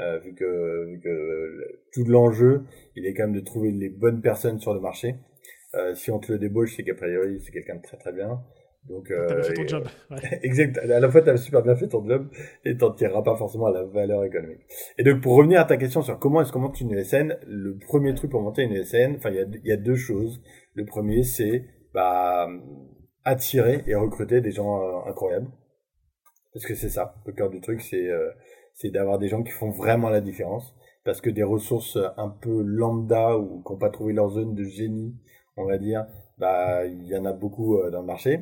Vu que tout l'enjeu, il est quand même de trouver les bonnes personnes sur le marché. Si on te le débauche, c'est qu'a priori, c'est quelqu'un de très très bien. Donc, Donc, tu as bien fait ton job. Ouais. exact. À la fois, tu as super bien fait ton job et t'en tireras pas forcément à la valeur économique. Et donc, pour revenir à ta question sur comment est-ce qu'on monte une ESN, le premier Ouais. truc pour monter une ESN, enfin, il y a deux choses. Le premier, c'est attirer et recruter des gens incroyables. Parce que c'est ça, le cœur du truc, c'est d'avoir des gens qui font vraiment la différence. Parce que des ressources un peu lambda ou qui n'ont pas trouvé leur zone de génie, on va dire, il y en a beaucoup dans le marché.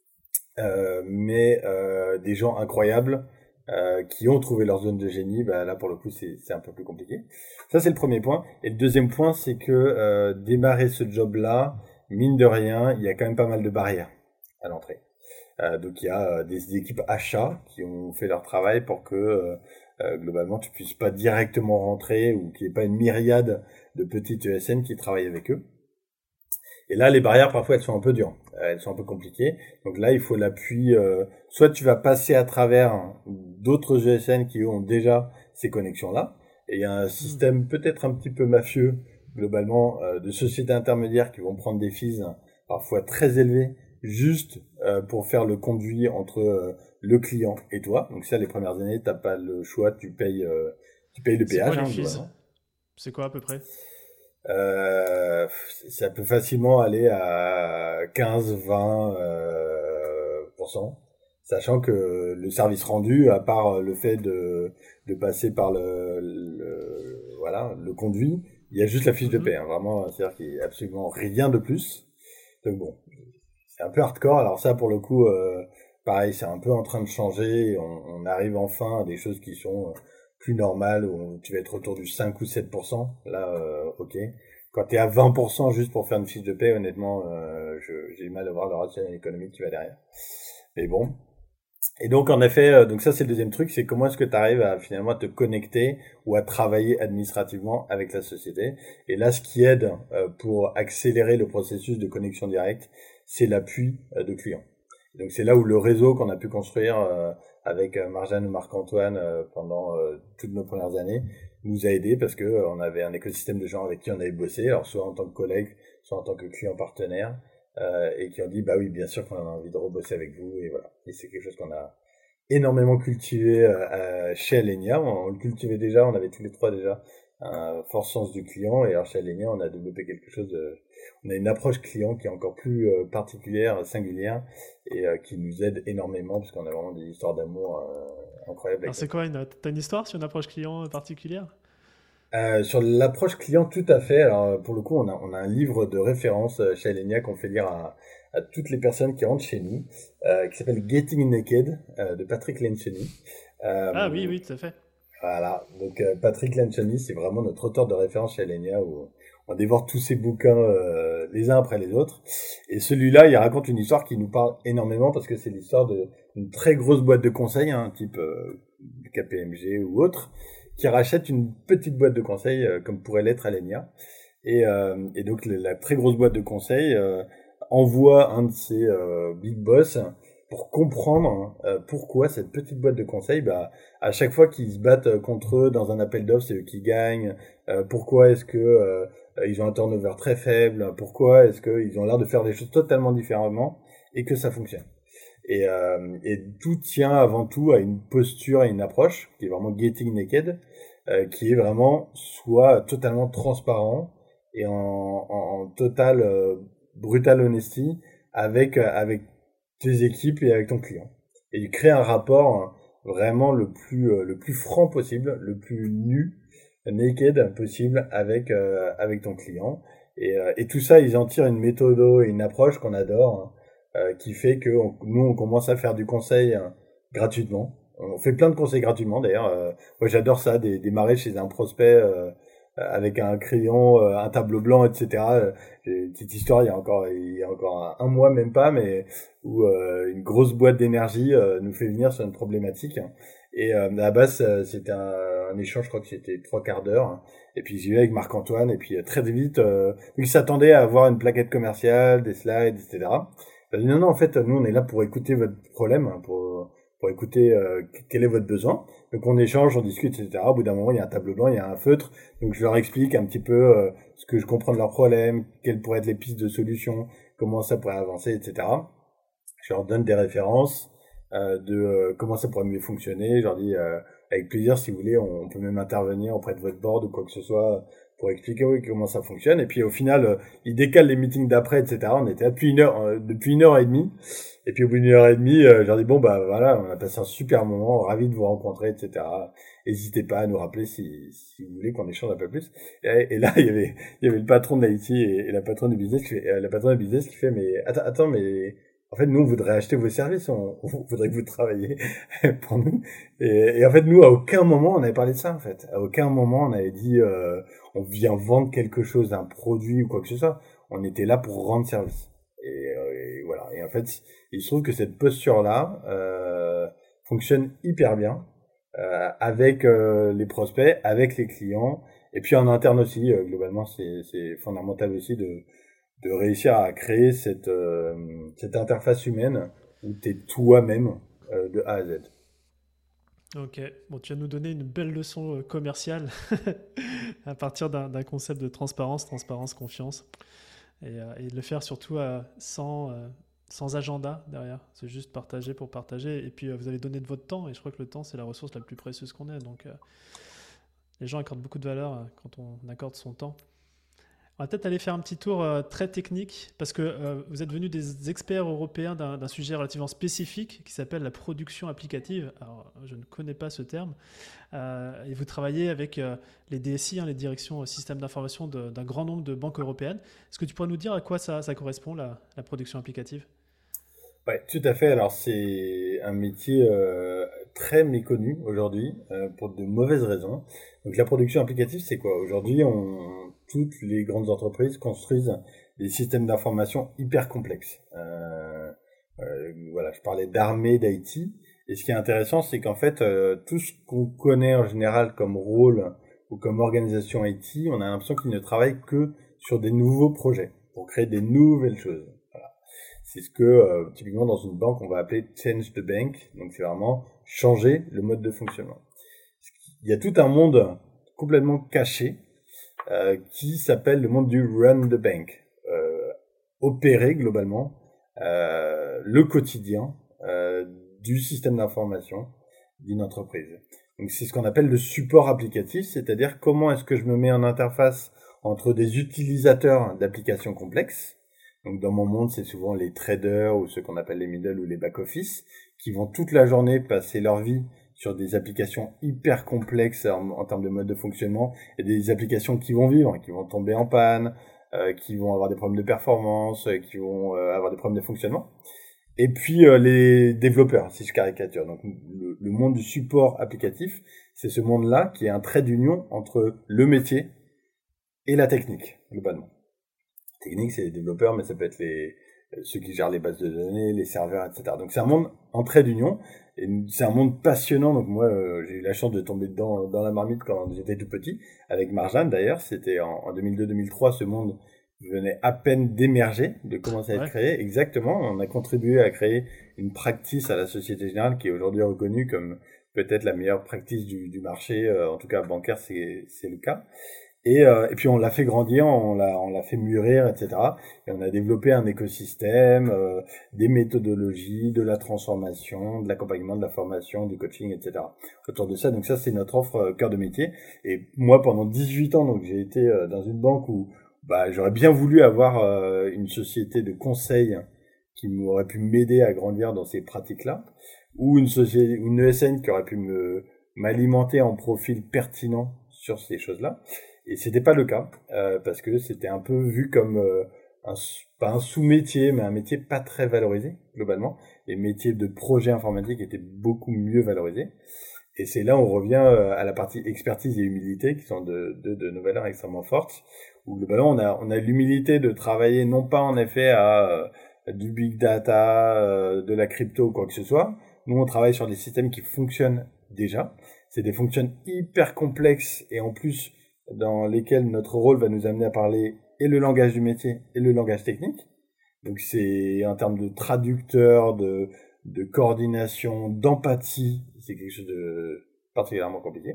Mais des gens incroyables qui ont trouvé leur zone de génie, là pour le coup c'est un peu plus compliqué. Ça c'est le premier point. Et le deuxième point c'est que démarrer ce job-là, mine de rien, il y a quand même pas mal de barrières à l'entrée. Donc il y a des équipes achats qui ont fait leur travail pour que globalement tu puisses pas directement rentrer ou qu'il n'y ait pas une myriade de petites ESN qui travaillent avec eux. Et là, les barrières, parfois, elles sont un peu dures. Elles sont un peu compliquées. Donc là, il faut l'appui. Soit tu vas passer à travers d'autres GSN qui ont déjà ces connexions-là. Et il y a un Hmm. système peut-être un petit peu mafieux, globalement, de sociétés intermédiaires qui vont prendre des fees parfois très élevés, juste pour faire le conduit entre le client et toi. Donc ça, les premières années, t'as pas le choix, tu payes le C'est quoi péage, les hein, fees? globalement. C'est quoi à peu près? Ça peut facilement aller à 15-20 sachant que le service rendu, à part le fait de passer par le conduit, il y a juste la fiche de Mhm. paie, hein, vraiment, c'est-à-dire qu'il n'y a absolument rien de plus. Donc bon, un peu hardcore. Alors ça, pour le coup, pareil, c'est un peu en train de changer. On arrive enfin à des choses qui sont plus normales, où tu vas être autour du 5 ou 7%. Là, ok. Quand tu es à 20% juste pour faire une fiche de paie, honnêtement, j'ai du mal à voir le rationnel économique qui va derrière. Mais bon. Et donc, en effet, donc ça, c'est le deuxième truc, c'est comment est-ce que tu arrives à finalement te connecter ou à travailler administrativement avec la société. Et là, ce qui aide pour accélérer le processus de connexion directe, c'est l'appui de clients. Donc, c'est là où le réseau qu'on a pu construire avec Marjane ou Marc-Antoine pendant toutes nos premières années nous a aidé parce que on avait un écosystème de gens avec qui on avait bossé, alors soit en tant que collègue, soit en tant que client partenaire, et qui ont dit bah oui, bien sûr qu'on a envie de rebosser avec vous, et voilà. Et c'est quelque chose qu'on a énormément cultivé chez Alenia. On le cultivait déjà, on avait tous les trois déjà un fort sens du client, et alors chez Alenia on a développé quelque chose on a une approche client qui est encore plus particulière, singulière, et qui nous aide énormément parce qu'on a vraiment des histoires d'amour incroyables Alors avec c'est notre quoi t'as une histoire sur une approche client particulière? sur l'approche client, tout à fait. Alors, pour le coup, on a un livre de référence chez Alenia qu'on fait lire à toutes les personnes qui rentrent chez nous, qui s'appelle Getting Naked, de Patrick Lencioni. Ah oui, Euh, oui, tout à fait. voilà. Donc, Patrick Lencioni, c'est vraiment notre auteur de référence chez Alenia, où on dévore tous ses bouquins les uns après les autres. Et celui-là, il raconte une histoire qui nous parle énormément parce que c'est l'histoire d'une très grosse boîte de conseil, hein, type KPMG ou autre, qui rachète une petite boîte de conseil comme pourrait l'être Alenia. Et donc la très grosse boîte de conseil envoie un de ses big boss pour comprendre pourquoi cette petite boîte de conseil, bah, à chaque fois qu'ils se battent contre eux dans un appel d'offres, c'est eux qui gagnent. Pourquoi est-ce que ils ont un turnover très faible? Pourquoi est-ce qu'ils ont l'air de faire des choses totalement différemment et que ça fonctionne? Et tout tient avant tout à une posture et une approche qui est vraiment getting naked, qui est vraiment soit totalement transparent et en totale brutale honesty avec tes équipes et avec ton client. Et il crée un rapport vraiment le plus franc possible, le plus nu, naked possible avec ton client. Et tout ça, ils en tirent une méthode et une approche qu'on adore, qui fait que nous, on commence à faire du conseil gratuitement. On fait plein de conseils gratuitement, d'ailleurs. Moi, j'adore ça, démarrer chez un prospect avec un crayon, un tableau blanc, etc. J'ai une petite histoire, il y a encore un mois, même pas, mais où une grosse boîte d'énergie nous fait venir sur une problématique. Et à la base, c'était un échange, je crois que c'était 3 quarts d'heure. Et puis j'y vais avec Marc-Antoine, et puis très vite, il s'attendait à avoir une plaquette commerciale, des slides, etc. Non, non, en fait, nous, on est là pour écouter votre problème, hein, pour écouter quel est votre besoin. Donc, on échange, on discute, etc. Au bout d'un moment, il y a un tableau blanc, il y a un feutre. Donc, je leur explique un petit peu ce que je comprends de leurs problèmes, quelles pourraient être les pistes de solutions, comment ça pourrait avancer, etc. Je leur donne des références de comment ça pourrait mieux fonctionner. Je leur dis avec plaisir, si vous voulez, on peut même intervenir auprès de votre board ou quoi que ce soit pour expliquer oui, comment ça fonctionne. Et puis au final, ils décalent les meetings d'après, etc. On était là depuis 1 heure et demie. Et puis au bout d'1 heure et demie, je leur dis bon bah voilà, on a passé un super moment, ravi de vous rencontrer, etc. N'hésitez pas à nous rappeler si vous voulez qu'on échange un peu plus. Et là, il y avait le patron de l'IT et la patronne du business la patronne du business qui fait mais attends mais en fait, nous, on voudrait acheter vos services, on voudrait que vous travailliez pour nous. Et en fait, nous, à aucun moment, on avait parlé de ça, en fait. À aucun moment, on avait dit, on vient vendre quelque chose, un produit ou quoi que ce soit. On était là pour rendre service. Et voilà. Et en fait, il se trouve que cette posture-là fonctionne hyper bien avec les prospects, avec les clients. Et puis en interne aussi, globalement, c'est fondamental aussi de réussir à créer cette interface humaine où tu es toi-même de A à Z. Ok, bon, tu vas nous donner une belle leçon commerciale à partir d'un concept de transparence, confiance, et de le faire surtout sans agenda derrière. C'est juste partager pour partager. Et puis vous avez donné de votre temps, et je crois que le temps, c'est la ressource la plus précieuse qu'on ait. Donc les gens accordent beaucoup de valeur quand on accorde son temps. On va peut-être aller faire un petit tour très technique parce que vous êtes devenus des experts européens d'un sujet relativement spécifique qui s'appelle la production applicative. Alors, je ne connais pas ce terme. Et vous travaillez avec les DSI, les directions systèmes d'information d'un grand nombre de banques européennes. Est-ce que tu pourrais nous dire à quoi ça correspond, la production applicative? Ouais, tout à fait. Alors c'est un métier très méconnu aujourd'hui pour de mauvaises raisons. Donc la production applicative, c'est quoi? Aujourd'hui, toutes les grandes entreprises construisent des systèmes d'information hyper complexes. Voilà, je parlais d'armée d'IT. Et ce qui est intéressant, c'est qu'en fait, tout ce qu'on connaît en général comme rôle ou comme organisation IT, on a l'impression qu'ils ne travaillent que sur des nouveaux projets pour créer des nouvelles choses. C'est ce que, typiquement, dans une banque, on va appeler change the bank. Donc, c'est vraiment changer le mode de fonctionnement. Il y a tout un monde complètement caché qui s'appelle le monde du run the bank. Opérer, globalement, le quotidien du système d'information d'une entreprise. Donc, c'est ce qu'on appelle le support applicatif, c'est-à-dire comment est-ce que je me mets en interface entre des utilisateurs d'applications complexes. Donc dans mon monde, c'est souvent les traders ou ceux qu'on appelle les middle ou les back-office qui vont toute la journée passer leur vie sur des applications hyper complexes en termes de mode de fonctionnement et des applications qui vont vivre, qui vont tomber en panne, qui vont avoir des problèmes de performance, qui vont avoir des problèmes de fonctionnement. Et puis les développeurs, si je caricature. Donc le monde du support applicatif, c'est ce monde-là qui est un trait d'union entre le métier et la technique, globalement. Technique, c'est les développeurs, mais ça peut être ceux qui gèrent les bases de données, les serveurs, etc. Donc c'est un monde en trait d'union, et c'est un monde passionnant. Donc moi, j'ai eu la chance de tomber dedans dans la marmite quand j'étais tout petit, avec Marjane d'ailleurs. C'était en 2002-2003, ce monde venait à peine d'émerger, de commencer à être créé. Exactement, on a contribué à créer une practice à la Société Générale qui est aujourd'hui reconnue comme peut-être la meilleure practice du marché, en tout cas bancaire, c'est le cas. Et puis on l'a fait grandir, on l'a fait mûrir, etc. Et on a développé un écosystème, des méthodologies, de la transformation, de l'accompagnement, de la formation, du coaching, etc. Autour de ça, donc ça c'est notre offre cœur de métier. Et moi pendant 18 ans, donc j'ai été dans une banque où j'aurais bien voulu avoir une société de conseil qui m'aurait pu m'aider à grandir dans ces pratiques-là, ou une ESN qui aurait pu m'alimenter en profil pertinent sur ces choses-là. Et c'était pas le cas, parce que c'était un peu vu comme pas un sous-métier, mais un métier pas très valorisé, globalement. Les métiers de projet informatique étaient beaucoup mieux valorisés. Et c'est là où on revient à la partie expertise et humilité, qui sont de nos valeurs extrêmement fortes, où globalement on a l'humilité de travailler non pas en effet à du big data, de la crypto ou quoi que ce soit. Nous on travaille sur des systèmes qui fonctionnent déjà. C'est des fonctions hyper complexes et en plus dans lesquels notre rôle va nous amener à parler et le langage du métier et le langage technique. Donc c'est en termes de traducteur, de coordination, d'empathie, c'est quelque chose de particulièrement compliqué.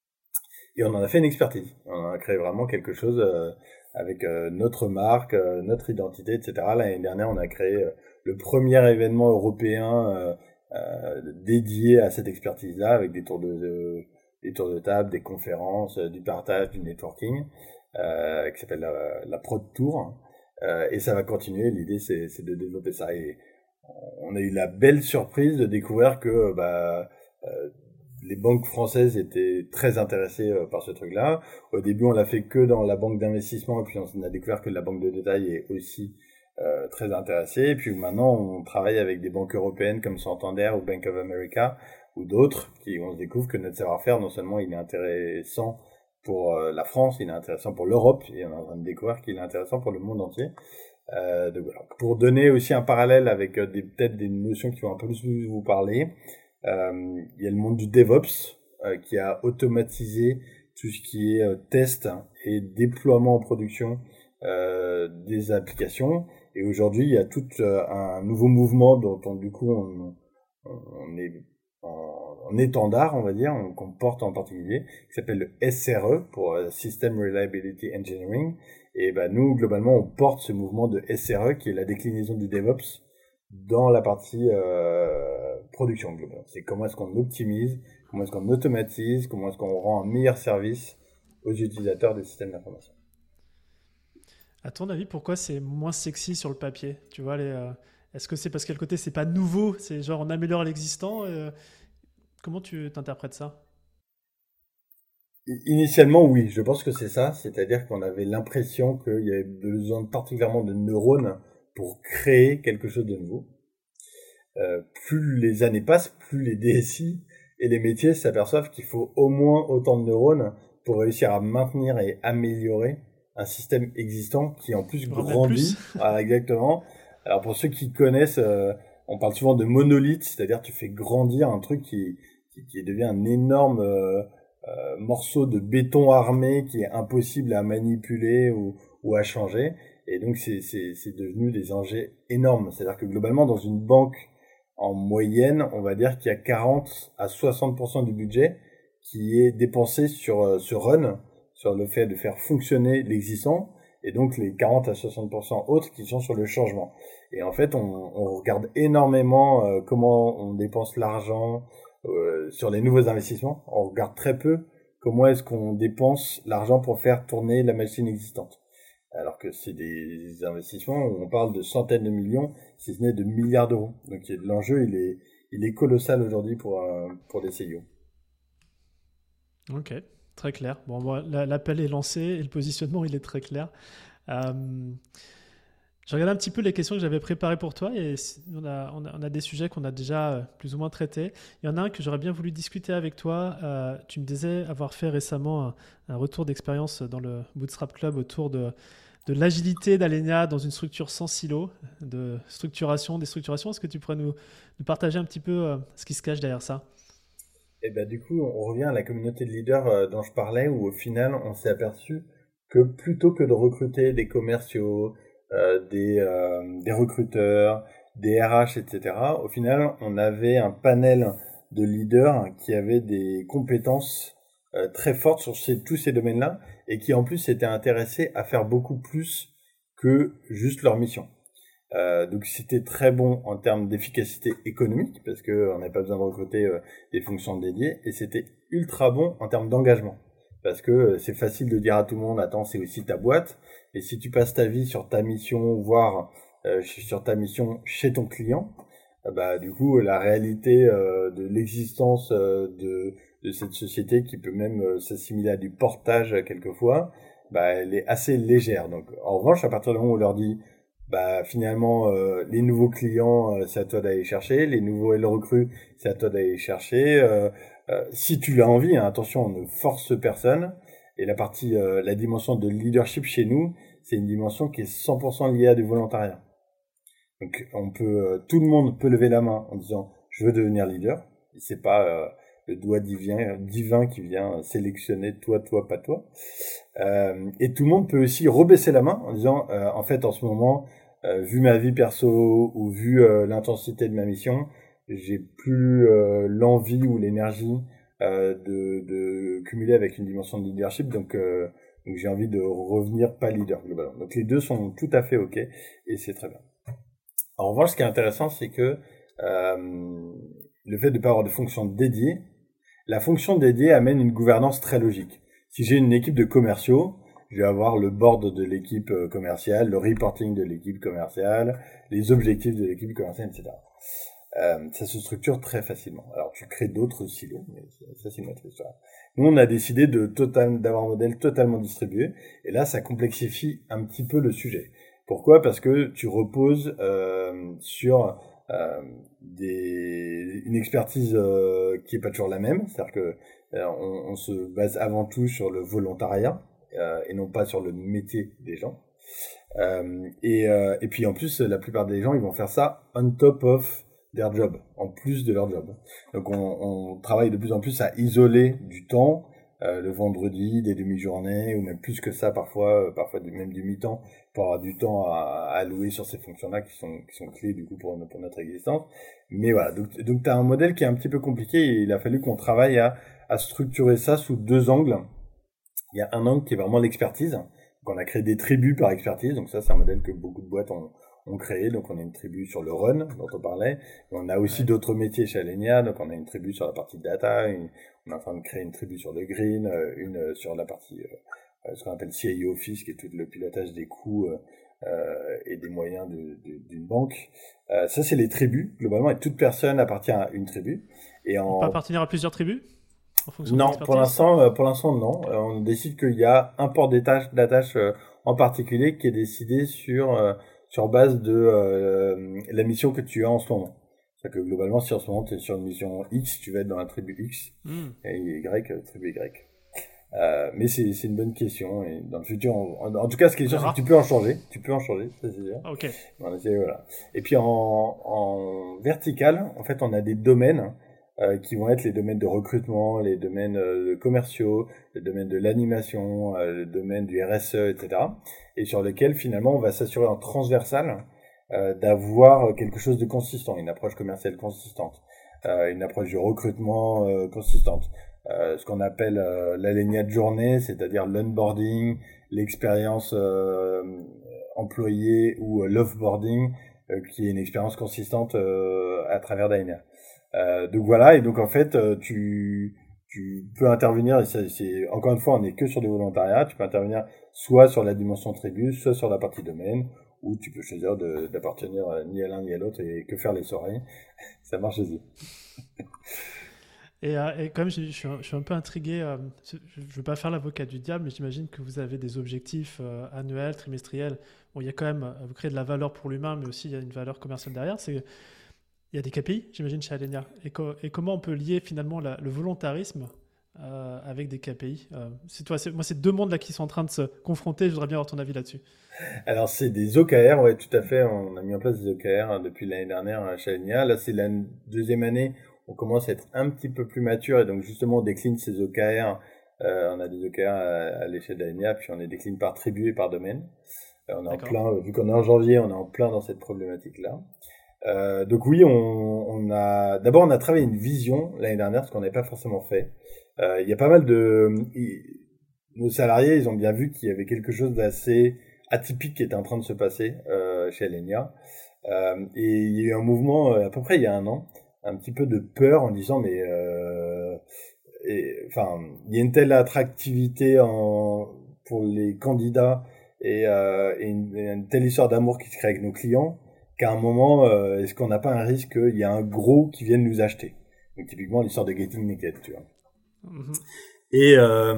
Et on en a fait une expertise. On en a créé vraiment quelque chose avec notre marque, notre identité, etc. L'année dernière, on a créé le premier événement européen dédié à cette expertise-là, avec des tours de table, des conférences, du partage, du networking, qui s'appelle la Prod Tour. Et ça va continuer. L'idée, c'est de développer ça. Et on a eu la belle surprise de découvrir que les banques françaises étaient très intéressées par ce truc-là. Au début, on l'a fait que dans la banque d'investissement, et puis on a découvert que la banque de détail est aussi très intéressée. Et puis maintenant, on travaille avec des banques européennes comme Santander ou Bank of America ou d'autres, on se découvre que notre savoir-faire, non seulement il est intéressant pour la France, il est intéressant pour l'Europe, et on est en train de découvrir qu'il est intéressant pour le monde entier. Donc voilà. Pour donner aussi un parallèle avec peut-être des notions qui vont un peu plus vous parler, il y a le monde du DevOps qui a automatisé tout ce qui est test et déploiement en production des applications. Et aujourd'hui, il y a tout un nouveau mouvement dont du coup on est en étendard, on va dire, qu'on porte en particulier, qui s'appelle le SRE, pour System Reliability Engineering. Et nous, globalement, on porte ce mouvement de SRE, qui est la déclinaison du DevOps, dans la partie production globale. C'est comment est-ce qu'on optimise, comment est-ce qu'on automatise, comment est-ce qu'on rend un meilleur service aux utilisateurs des systèmes d'information. À ton avis, pourquoi c'est moins sexy sur le papier? Tu vois, est-ce que c'est parce que le côté c'est pas nouveau, c'est genre on améliore l'existant? Comment tu t'interprètes ça? Initialement, oui, je pense que c'est ça. C'est-à-dire qu'on avait l'impression qu'il y avait besoin particulièrement de neurones pour créer quelque chose de nouveau. plus les années passent, plus les DSI et les métiers s'aperçoivent qu'il faut au moins autant de neurones pour réussir à maintenir et améliorer un système existant qui en plus grandit. Ah, exactement. Alors pour ceux qui connaissent, on parle souvent de monolithe, c'est-à-dire tu fais grandir un truc qui devient un énorme morceau de béton armé qui est impossible à manipuler ou à changer. Et donc c'est devenu des enjeux énormes. C'est-à-dire que globalement dans une banque en moyenne, on va dire qu'il y a 40 à 60% du budget qui est dépensé sur ce run, sur le fait de faire fonctionner l'existant, et donc les 40 à 60% autres qui sont sur le changement. Et en fait, on regarde énormément comment on dépense l'argent sur les nouveaux investissements. On regarde très peu comment est-ce qu'on dépense l'argent pour faire tourner la machine existante. Alors que c'est des investissements où on parle de centaines de millions, si ce n'est de milliards d'euros. Donc l'enjeu, il est colossal aujourd'hui pour les CIO. Ok, très clair. Bon, l'appel est lancé et le positionnement, il est très clair. Je regardais un petit peu les questions que j'avais préparées pour toi et on a des sujets qu'on a déjà plus ou moins traités. Il y en a un que j'aurais bien voulu discuter avec toi. Tu me disais avoir fait récemment un retour d'expérience dans le Bootstrap Club autour de l'agilité d'Alenia dans une structure sans silo, de structuration, des structurations. Est-ce que tu pourrais nous partager un petit peu ce qui se cache derrière ça ? Et ben du coup, on revient à la communauté de leaders dont je parlais, où au final, on s'est aperçu que plutôt que de recruter des commerciaux, des recruteurs, des RH, etc., au final, on avait un panel de leaders qui avaient des compétences très fortes sur tous ces domaines-là et qui en plus étaient intéressés à faire beaucoup plus que juste leur mission. Donc c'était très bon en termes d'efficacité économique parce que on n'avait pas besoin de recruter des fonctions dédiées, et c'était ultra bon en termes d'engagement parce que c'est facile de dire à tout le monde attends, c'est aussi ta boîte, et si tu passes ta vie sur ta mission, voire sur ta mission chez ton client, bah du coup la réalité de l'existence de cette société, qui peut même s'assimiler à du portage quelquefois, bah elle est assez légère. Donc en revanche, à partir du moment où on leur dit bah finalement les nouveaux clients, c'est à toi d'aller chercher, les nouvelles recrues, c'est à toi d'aller chercher, si tu l'as envie, hein, attention, on ne force personne. Et la dimension de leadership chez nous, c'est une dimension qui est 100% liée à du volontariat. Donc tout le monde peut lever la main en disant je veux devenir leader, et c'est pas le doigt divin qui vient sélectionner toi, pas toi. Et tout le monde peut aussi rebaisser la main en disant en fait en ce moment, vu ma vie perso ou vu l'intensité de ma mission, j'ai plus l'envie ou l'énergie de cumuler avec une dimension de leadership, donc j'ai envie de revenir pas leader globalement. Donc les deux sont tout à fait ok et c'est très bien. En revanche, ce qui est intéressant, c'est que le fait de ne pas avoir de fonction dédiée, la fonction dédiée amène une gouvernance très logique. Si j'ai une équipe de commerciaux, je vais avoir le board de l'équipe commerciale, le reporting de l'équipe commerciale, les objectifs de l'équipe commerciale, etc. Ça se structure très facilement. Alors, tu crées d'autres silos, mais ça, c'est une autre histoire. Nous, on a décidé d'avoir un modèle totalement distribué, et là, ça complexifie un petit peu le sujet. Pourquoi ? Parce que tu reposes sur une expertise qui est pas toujours la même, c'est-à-dire que on se base avant tout sur le volontariat et non pas sur le métier des gens. Et puis en plus, la plupart des gens, ils vont faire ça on top of their job, en plus de leur job. Donc on travaille de plus en plus à isoler du temps, le vendredi, des demi-journées, ou même plus que ça parfois même du mi-temps, pour avoir du temps à allouer sur ces fonctions-là qui sont clés du coup pour notre existence. Mais voilà, donc tu as un modèle qui est un petit peu compliqué, et il a fallu qu'on travaille à structurer ça sous deux angles. Il y a un angle qui est vraiment l'expertise. Donc on a créé des tribus par expertise, donc ça c'est un modèle que beaucoup de boîtes ont créé. Donc on a une tribu sur le run dont on parlait, on a aussi d'autres métiers chez Alenia, donc on a une tribu sur la partie data, on est en train de créer une tribu sur le green, une sur la partie ce qu'on appelle CIO Office, qui est tout le pilotage des coûts et des moyens d'une banque. Ça c'est les tribus globalement, et toute personne appartient à une tribu. On peut appartenir à plusieurs tribus en fonction non, de pour l'instant non. On décide qu'il y a un port d'attache en particulier qui est décidé sur base de la mission que tu as en ce moment. C'est-à-dire que globalement, si en ce moment tu es sur une mission X, tu vas être dans la tribu X, et Y, tribu Y. Mais c'est une bonne question, et dans le futur, en tout cas, ce qui est sûr, c'est que tu peux en changer, ça c'est sûr. Ok. Voilà. Et puis en vertical, en fait, on a des domaines qui vont être les domaines de recrutement, les domaines commerciaux, les domaines de l'animation, le domaine du RSE, etc. Et sur lesquels finalement on va s'assurer en transversal d'avoir quelque chose de consistant, une approche commerciale consistante, une approche de recrutement consistante, ce qu'on appelle l'alignat de journée, c'est-à-dire l'onboarding, l'expérience employée ou l'offboarding, qui est une expérience consistante à travers Dyna. Donc voilà, et donc en fait, tu peux intervenir, et c'est encore une fois, on n'est que sur des volontariats, tu peux intervenir soit sur la dimension tribu, soit sur la partie domaine, ou tu peux choisir d'appartenir ni à l'un ni à l'autre et que faire les soirées. Ça marche aussi. Et quand même, je suis un peu intrigué. Je ne veux pas faire l'avocat du diable, mais j'imagine que vous avez des objectifs annuels, trimestriels. Bon, il y a quand même, vous créez de la valeur pour l'humain, mais aussi il y a une valeur commerciale derrière. Il y a des KPI, j'imagine, chez Alenia. Et comment on peut lier finalement le volontarisme avec des KPI moi, c'est deux mondes là qui sont en train de se confronter. Je voudrais bien avoir ton avis là-dessus. Alors, c'est des OKR, ouais, tout à fait. On a mis en place des OKR depuis l'année dernière chez Alenia. Là, c'est la deuxième année. On commence à être un petit peu plus mature et donc justement, on décline ces OKR. On a des OKR à l'échelle d'Alenia, puis on les décline par tribu et par domaine. On est en plein, vu qu'on est en janvier, on est en plein dans cette problématique-là. Donc oui, on a d'abord on a travaillé une vision l'année dernière, ce qu'on n'avait pas forcément fait. Il y a pas mal nos salariés, ils ont bien vu qu'il y avait quelque chose d'assez atypique qui était en train de se passer chez Alenia. Et il y a eu un mouvement à peu près il y a un an, un petit peu de peur en disant mais enfin il y a une telle attractivité pour les candidats et une telle histoire d'amour qui se crée avec nos clients qu'à un moment, est-ce qu'on n'a pas un risque qu'il y a un gros qui vienne nous acheter? Donc typiquement l'histoire de Getting Naked, tu vois. Et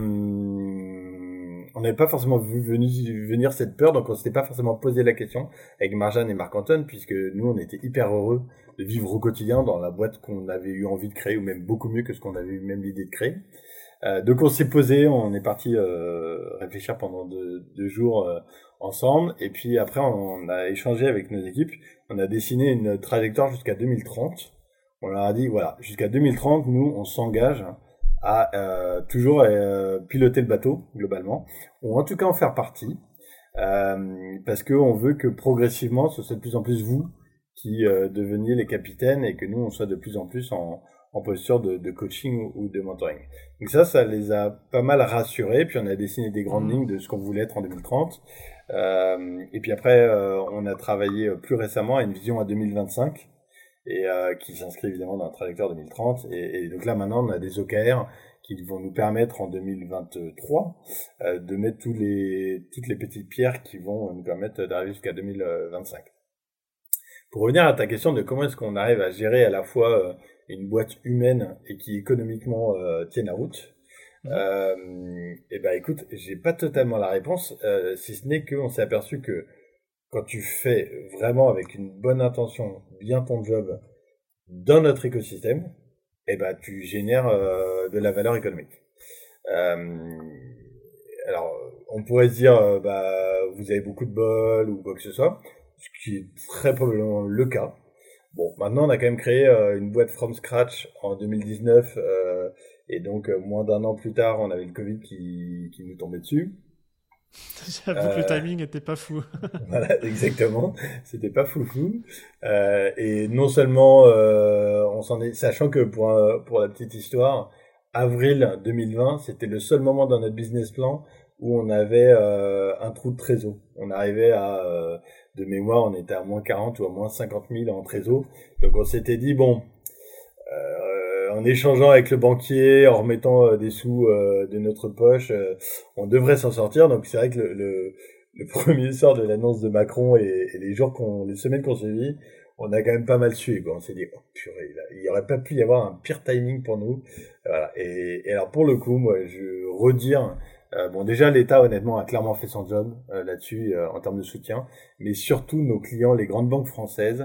on n'avait pas forcément vu venir cette peur, donc on s'était pas forcément posé la question avec Marjane et Marc-Antoine, puisque nous on était hyper heureux de vivre au quotidien dans la boîte qu'on avait eu envie de créer, ou même beaucoup mieux que ce qu'on avait eu même l'idée de créer. Donc on s'est posé, on est parti réfléchir pendant deux jours ensemble, et puis après on a échangé avec nos équipes, on a dessiné une trajectoire jusqu'à 2030. On leur a dit voilà, jusqu'à 2030, nous on s'engage à toujours piloter le bateau globalement, ou en tout cas en faire partie, parce que on veut que progressivement ce soit de plus en plus vous qui deveniez les capitaines et que nous on soit de plus en plus en posture de coaching ou de mentoring. Donc ça les a pas mal rassurés, puis on a dessiné des grandes lignes de ce qu'on voulait être en 2030. Et puis après, on a travaillé plus récemment à une vision à 2025, et qui s'inscrit évidemment dans la trajectoire 2030. Et donc là, maintenant, on a des OKR qui vont nous permettre en 2023 de mettre toutes les petites pierres qui vont nous permettre d'arriver jusqu'à 2025. Pour revenir à ta question de comment est-ce qu'on arrive à gérer à la fois une boîte humaine et qui économiquement tienne la route, et ben écoute, j'ai pas totalement la réponse, si ce n'est qu'on s'est aperçu que quand tu fais vraiment avec une bonne intention bien ton job dans notre écosystème, et ben tu génères de la valeur économique. Alors on pourrait se dire vous avez beaucoup de bol ou quoi que ce soit, ce qui est très probablement le cas. Bon, maintenant on a quand même créé une boîte from scratch en 2019, et donc moins d'un an plus tard on avait le Covid qui nous tombait dessus. J'avoue que le timing était pas fou. Voilà, exactement. C'était pas foufou. Et non seulement on s'en est, sachant que pour la petite histoire, avril 2020, c'était le seul moment dans notre business plan où on avait un trou de trésor. On arrivait de mémoire, on était à moins 40 ou à moins 50 000 en trésor. Donc on s'était dit, bon, en échangeant avec le banquier, en remettant des sous de notre poche, on devrait s'en sortir. Donc c'est vrai que le premier sort de l'annonce de Macron et les semaines qu'on suivi, on a quand même pas mal sué, quoi. On s'est dit, oh purée, là, il y aurait pas pu y avoir un pire timing pour nous. Voilà. Et alors pour le coup, moi, je redire, bon déjà l'État honnêtement a clairement fait son job là-dessus en termes de soutien, mais surtout nos clients, les grandes banques françaises,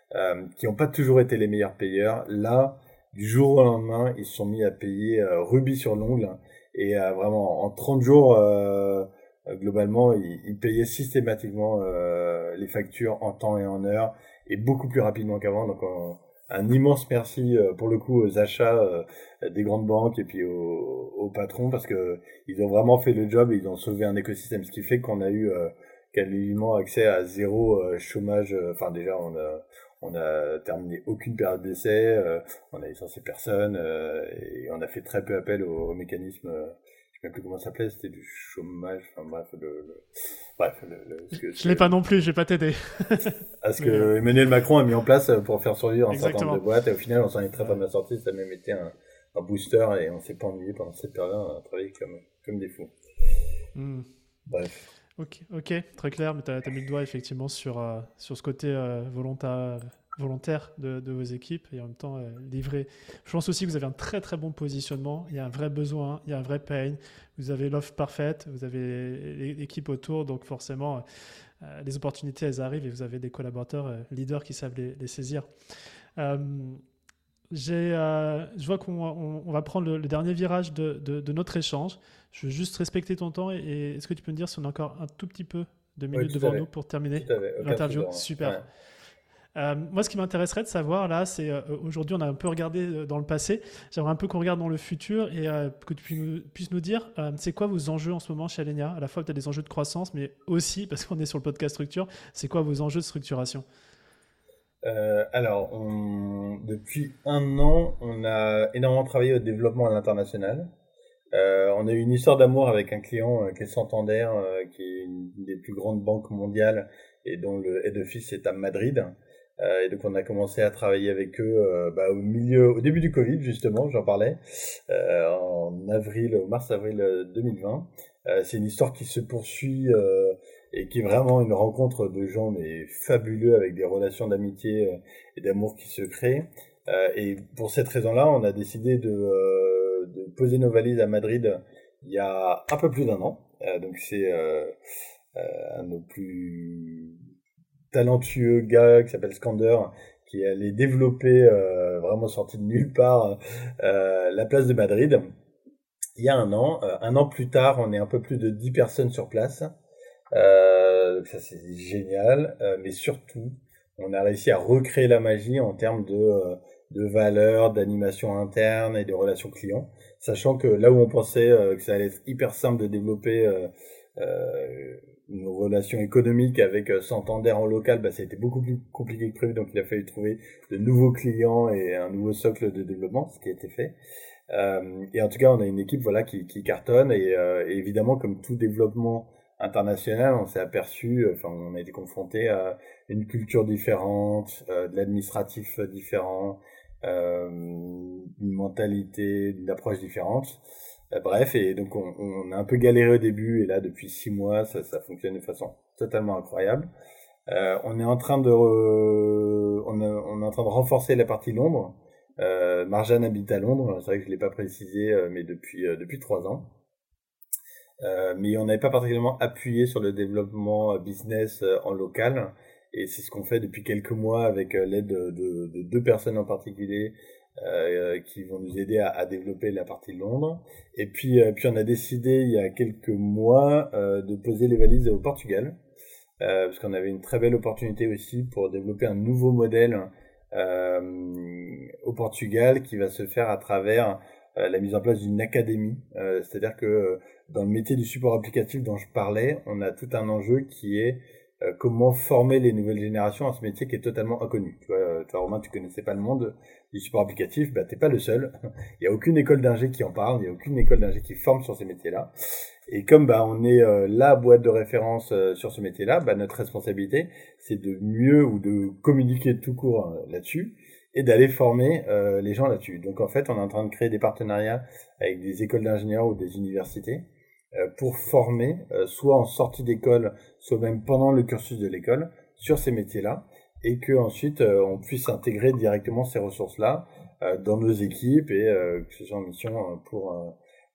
qui n'ont pas toujours été les meilleurs payeurs. Là, du jour au lendemain, ils se sont mis à payer rubis sur l'ongle et vraiment en 30 jours, globalement, ils payaient systématiquement les factures en temps et en heure et beaucoup plus rapidement qu'avant. Donc un immense merci pour le coup aux achats des grandes banques et puis aux patrons parce que ils ont vraiment fait le job et ils ont sauvé un écosystème, ce qui fait qu'on a eu quasiment accès à zéro chômage. Enfin déjà on a terminé aucune période d'essai, on a licencié personne et on a fait très peu appel au mécanisme. Je sais même plus comment ça s'appelait, c'était du chômage. Enfin bref, je l'ai pas non plus, je vais pas t'aider. Ce que Emmanuel Macron a mis en place pour faire survivre un certain nombre de Exactement. boîtes et au final on s'en est très bien sorti. Ça a même été un booster et on s'est pas ennuyé pendant cette période-là. On a travaillé comme des fous. Bref. Ok, très clair, mais tu as mis le doigt effectivement sur ce côté volontaire de vos équipes et en même temps livré. Je pense aussi que vous avez un très très bon positionnement, il y a un vrai besoin, il y a un vrai pain, vous avez l'offre parfaite, vous avez l'équipe autour, donc forcément les opportunités elles arrivent et vous avez des collaborateurs leaders qui savent les saisir. Je vois qu'on va prendre le dernier virage de notre échange. Je veux juste respecter ton temps et est-ce que tu peux me dire si on a encore un tout petit peu de minutes devant nous pour terminer l'interview? Super. Ouais. Moi, ce qui m'intéresserait de savoir là, c'est aujourd'hui, on a un peu regardé dans le passé. J'aimerais un peu qu'on regarde dans le futur et que tu puisses nous dire c'est quoi vos enjeux en ce moment chez Alenia. À la fois, tu as des enjeux de croissance, mais aussi, parce qu'on est sur le podcast structure, c'est quoi vos enjeux de structuration? Alors, depuis 1 an, on a énormément travaillé au développement à l'international. On a eu une histoire d'amour avec un client qui est Santander, qui est une des plus grandes banques mondiales et dont le head office est à Madrid. Et donc on a commencé à travailler avec eux au début du Covid justement, j'en parlais, au mars-avril 2020. C'est une histoire qui se poursuit et qui est vraiment une rencontre de gens mais fabuleux avec des relations d'amitié et d'amour qui se créent. Et pour cette raison-là, on a décidé de poser nos valises à Madrid il y a un peu plus d'1 an. Donc c'est un de nos plus talentueux gars qui s'appelle Skander qui est allé développer vraiment sorti de nulle part la place de Madrid il y a 1 an. 1 an plus tard, on est un peu plus de 10 personnes sur place. Donc ça c'est génial, mais surtout on a réussi à recréer la magie en termes de valeurs, d'animation interne et de relations clients, sachant que là où on pensait que ça allait être hyper simple de développer une relation économique avec Santander en local, ça a été beaucoup plus compliqué que prévu, donc il a fallu trouver de nouveaux clients et un nouveau socle de développement, ce qui a été fait. Et en tout cas, on a une équipe qui cartonne et évidemment, comme tout développement international, on s'est aperçu, on a été confronté à une culture différente, de l'administratif différent, une mentalité, une approche différente. Bref, et donc on a un peu galéré au début et là depuis 6 mois, ça fonctionne de façon totalement incroyable. On est en train de renforcer la partie Londres. Marjane habite à Londres, c'est vrai que je l'ai pas précisé, mais depuis 3 ans. Mais on n'avait pas particulièrement appuyé sur le développement business en local, et c'est ce qu'on fait depuis quelques mois avec l'aide de 2 personnes en particulier qui vont nous aider à développer la partie Londres. Et puis on a décidé il y a quelques mois de poser les valises au Portugal, parce qu'on avait une très belle opportunité aussi pour développer un nouveau modèle au Portugal qui va se faire à travers la mise en place d'une académie. C'est-à-dire que dans le métier du support applicatif dont je parlais, on a tout un enjeu qui est comment former les nouvelles générations à ce métier qui est totalement inconnu. Tu vois, toi Romain, tu connaissais pas le monde du support applicatif, t'es pas le seul. Il y a aucune école d'ingé qui en parle, il y a aucune école d'ingé qui forme sur ces métiers-là. Et comme on est la boîte de référence sur ce métier-là, notre responsabilité, c'est de mieux ou de communiquer tout court là-dessus et d'aller former les gens là-dessus. Donc en fait, on est en train de créer des partenariats avec des écoles d'ingénieurs ou des universités pour former, soit en sortie d'école, soit même pendant le cursus de l'école, sur ces métiers-là, et que ensuite on puisse intégrer directement ces ressources-là dans nos équipes et que ce soit en mission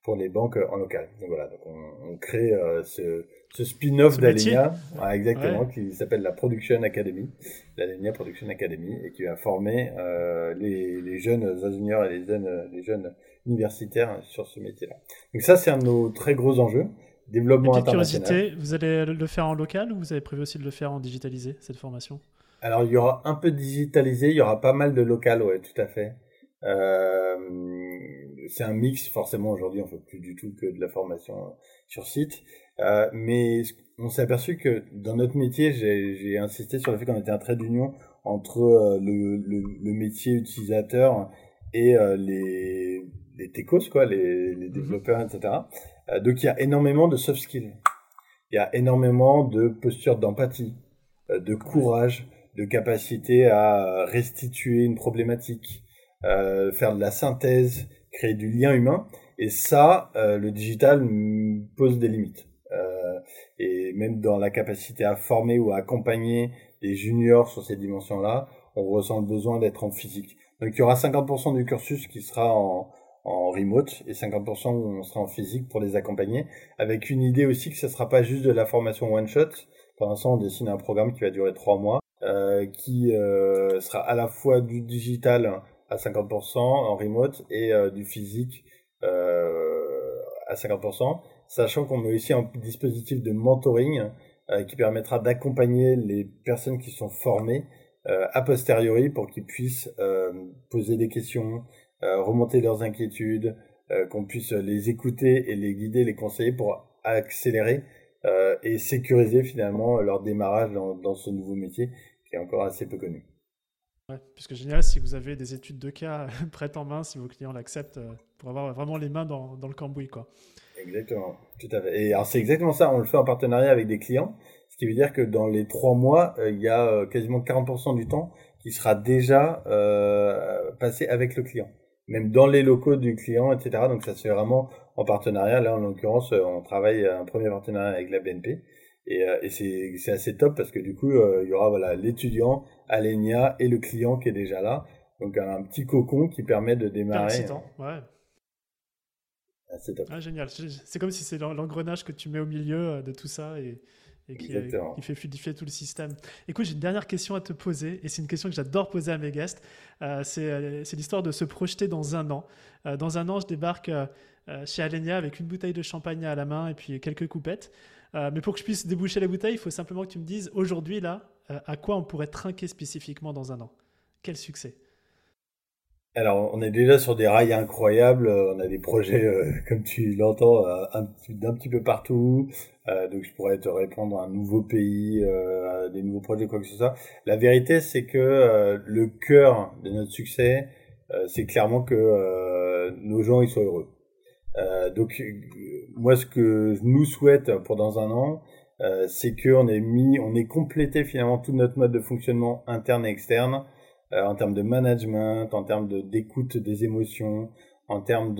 pour les banques en local. Donc voilà, donc on crée ce spin-off d'Alenia, exactement, ouais. qui s'appelle la Production Academy, l'Alenia Production Academy, et qui va former les jeunes ingénieurs et les jeunes universitaires sur ce métier-là. Donc ça, c'est un de nos très gros enjeux, Et développement petite international. curiosité, vous allez le faire en local ou vous avez prévu aussi de le faire en digitalisé, cette formation? Alors, il y aura un peu de digitalisé, il y aura pas mal de local, ouais, tout à fait. Euh, c'est un mix, forcément, aujourd'hui, on fait plus du tout que de la formation sur site. Mais on s'est aperçu que dans notre métier, j'ai insisté sur le fait qu'on était un trait d'union entre le métier utilisateur et les techos, quoi, les développeurs, etc. Donc, il y a énormément de soft skills. Il y a énormément de postures d'empathie, de Ouais. courage, de capacité à restituer une problématique, faire de la synthèse, créer du lien humain. Et ça, le digital pose des limites. Et même dans la capacité à former ou à accompagner les juniors sur ces dimensions-là, on ressent le besoin d'être en physique. Donc il y aura 50% du cursus qui sera en remote et 50% où on sera en physique pour les accompagner, avec une idée aussi que ce ne sera pas juste de la formation one-shot. Pour l'instant, on dessine un programme qui va durer 3 mois, qui sera à la fois du digital à 50% en remote et du physique à 50%, sachant qu'on met aussi un dispositif de mentoring qui permettra d'accompagner les personnes qui sont formées a posteriori pour qu'ils puissent poser des questions, remonter leurs inquiétudes, qu'on puisse les écouter et les guider, les conseiller pour accélérer et sécuriser finalement leur démarrage dans ce nouveau métier qui est encore assez peu connu. Ouais, puisque génial, si vous avez des études de cas prêtes en main, si vos clients l'acceptent, pour avoir vraiment les mains dans le cambouis, quoi. Exactement, tout à fait. Et alors c'est exactement ça, on le fait en partenariat avec des clients, ce qui veut dire que dans les 3 mois, il y a quasiment 40% du temps qui sera déjà passé avec le client, même dans les locaux du client, etc. Donc ça se fait vraiment en partenariat. Là, en l'occurrence, on travaille un premier partenariat avec la BNP. Et c'est assez top parce que du coup, il y aura voilà, l'étudiant, Alenia et le client qui est déjà là. Donc un petit cocon qui permet de Hyper démarrer. excitant, ouais. Assez top. Ah, génial. C'est comme si c'est l'engrenage que tu mets au milieu de tout ça et qui Exactement. fait fluidifier tout le système. Écoute, j'ai une dernière question à te poser, et c'est une question que j'adore poser à mes guests. C'est l'histoire de se projeter dans un an. Dans un an, je débarque chez Alenia avec une bouteille de champagne à la main et puis quelques coupettes. Mais pour que je puisse déboucher la bouteille, il faut simplement que tu me dises aujourd'hui, là, à quoi on pourrait trinquer spécifiquement dans un an. Quel succès. Alors, on est déjà sur des rails incroyables. On a des projets, comme tu l'entends, d'un petit peu partout. Donc, je pourrais te répondre à un nouveau pays, à des nouveaux projets, quoi que ce soit. La vérité, c'est que le cœur de notre succès, c'est clairement que nos gens ils soient heureux. Donc, moi, ce que je nous souhaite pour dans un an, c'est qu'on on ait complété finalement tout notre mode de fonctionnement interne et externe en termes de management, en termes d'écoute des émotions, en termes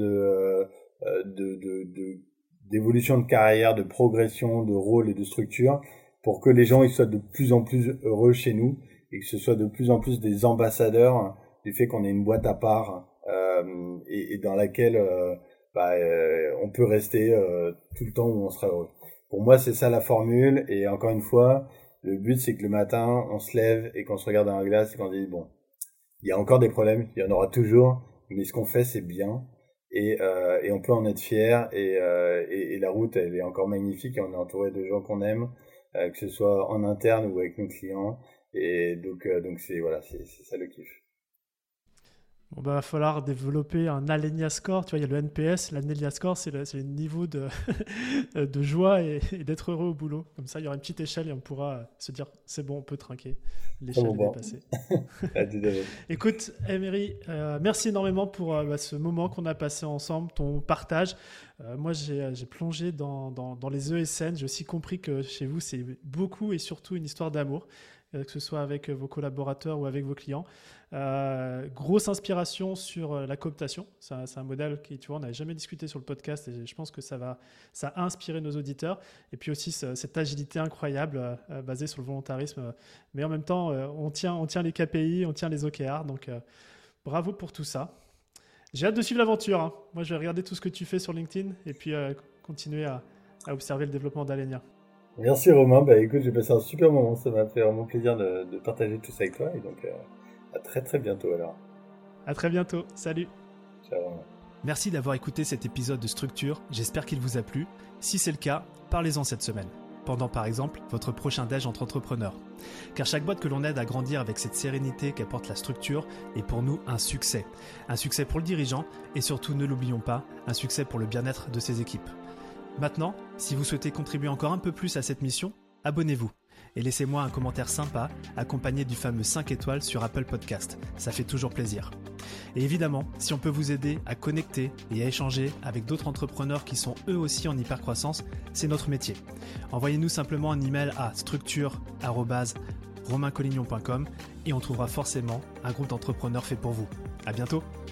d'évolution de carrière, de progression, de rôle et de structure, pour que les gens ils soient de plus en plus heureux chez nous et que ce soit de plus en plus des ambassadeurs du fait qu'on ait une boîte à part et dans laquelle on peut rester tout le temps où on sera heureux. Pour moi, c'est ça la formule. Et encore une fois, le but, c'est que le matin, on se lève et qu'on se regarde dans la glace et qu'on dit, bon, il y a encore des problèmes, il y en aura toujours, mais ce qu'on fait, c'est bien. Et on peut en être fier. Et la route, elle est encore magnifique et on est entouré de gens qu'on aime, que ce soit en interne ou avec nos clients. Et donc c'est voilà, c'est ça le kiff. Bon, bah, va falloir développer un Alenia Score. Tu vois, il y a le NPS. L'Alenia Score, c'est le niveau de joie et d'être heureux au boulot. Comme ça, il y aura une petite échelle et on pourra se dire c'est bon, on peut trinquer. Très bon L'échelle est point. dépassée. À tout à fait. Écoute, Emery, merci énormément pour ce moment qu'on a passé ensemble, ton partage. Moi, j'ai plongé dans les ESN. J'ai aussi compris que chez vous, c'est beaucoup et surtout une histoire d'amour, que ce soit avec vos collaborateurs ou avec vos clients. Grosse inspiration sur la cooptation. C'est un modèle qui, tu vois, on n'avait jamais discuté sur le podcast et je pense que ça a inspiré nos auditeurs. Et puis aussi cette agilité incroyable basée sur le volontarisme. Mais en même temps, on tient les KPI, on tient les OKR. Donc, bravo pour tout ça. J'ai hâte de suivre l'aventure. Hein. Moi, je vais regarder tout ce que tu fais sur LinkedIn et puis continuer à observer le développement d'Alenia. Merci Romain, écoute, j'ai passé un super moment, ça m'a fait vraiment plaisir de partager tout ça avec toi, et donc à très très bientôt alors. À très bientôt, salut. Ciao Romain. Merci d'avoir écouté cet épisode de Structure, j'espère qu'il vous a plu. Si c'est le cas, parlez-en cette semaine, pendant par exemple votre prochain déj entre entrepreneurs. Car chaque boîte que l'on aide à grandir avec cette sérénité qu'apporte la structure est pour nous un succès. Un succès pour le dirigeant et surtout, ne l'oublions pas, un succès pour le bien-être de ses équipes. Maintenant, si vous souhaitez contribuer encore un peu plus à cette mission, abonnez-vous et laissez-moi un commentaire sympa accompagné du fameux 5 étoiles sur Apple Podcast. Ça fait toujours plaisir. Et évidemment, si on peut vous aider à connecter et à échanger avec d'autres entrepreneurs qui sont eux aussi en hypercroissance, c'est notre métier. Envoyez-nous simplement un email à structure@romaincollignon.com et on trouvera forcément un groupe d'entrepreneurs fait pour vous. À bientôt.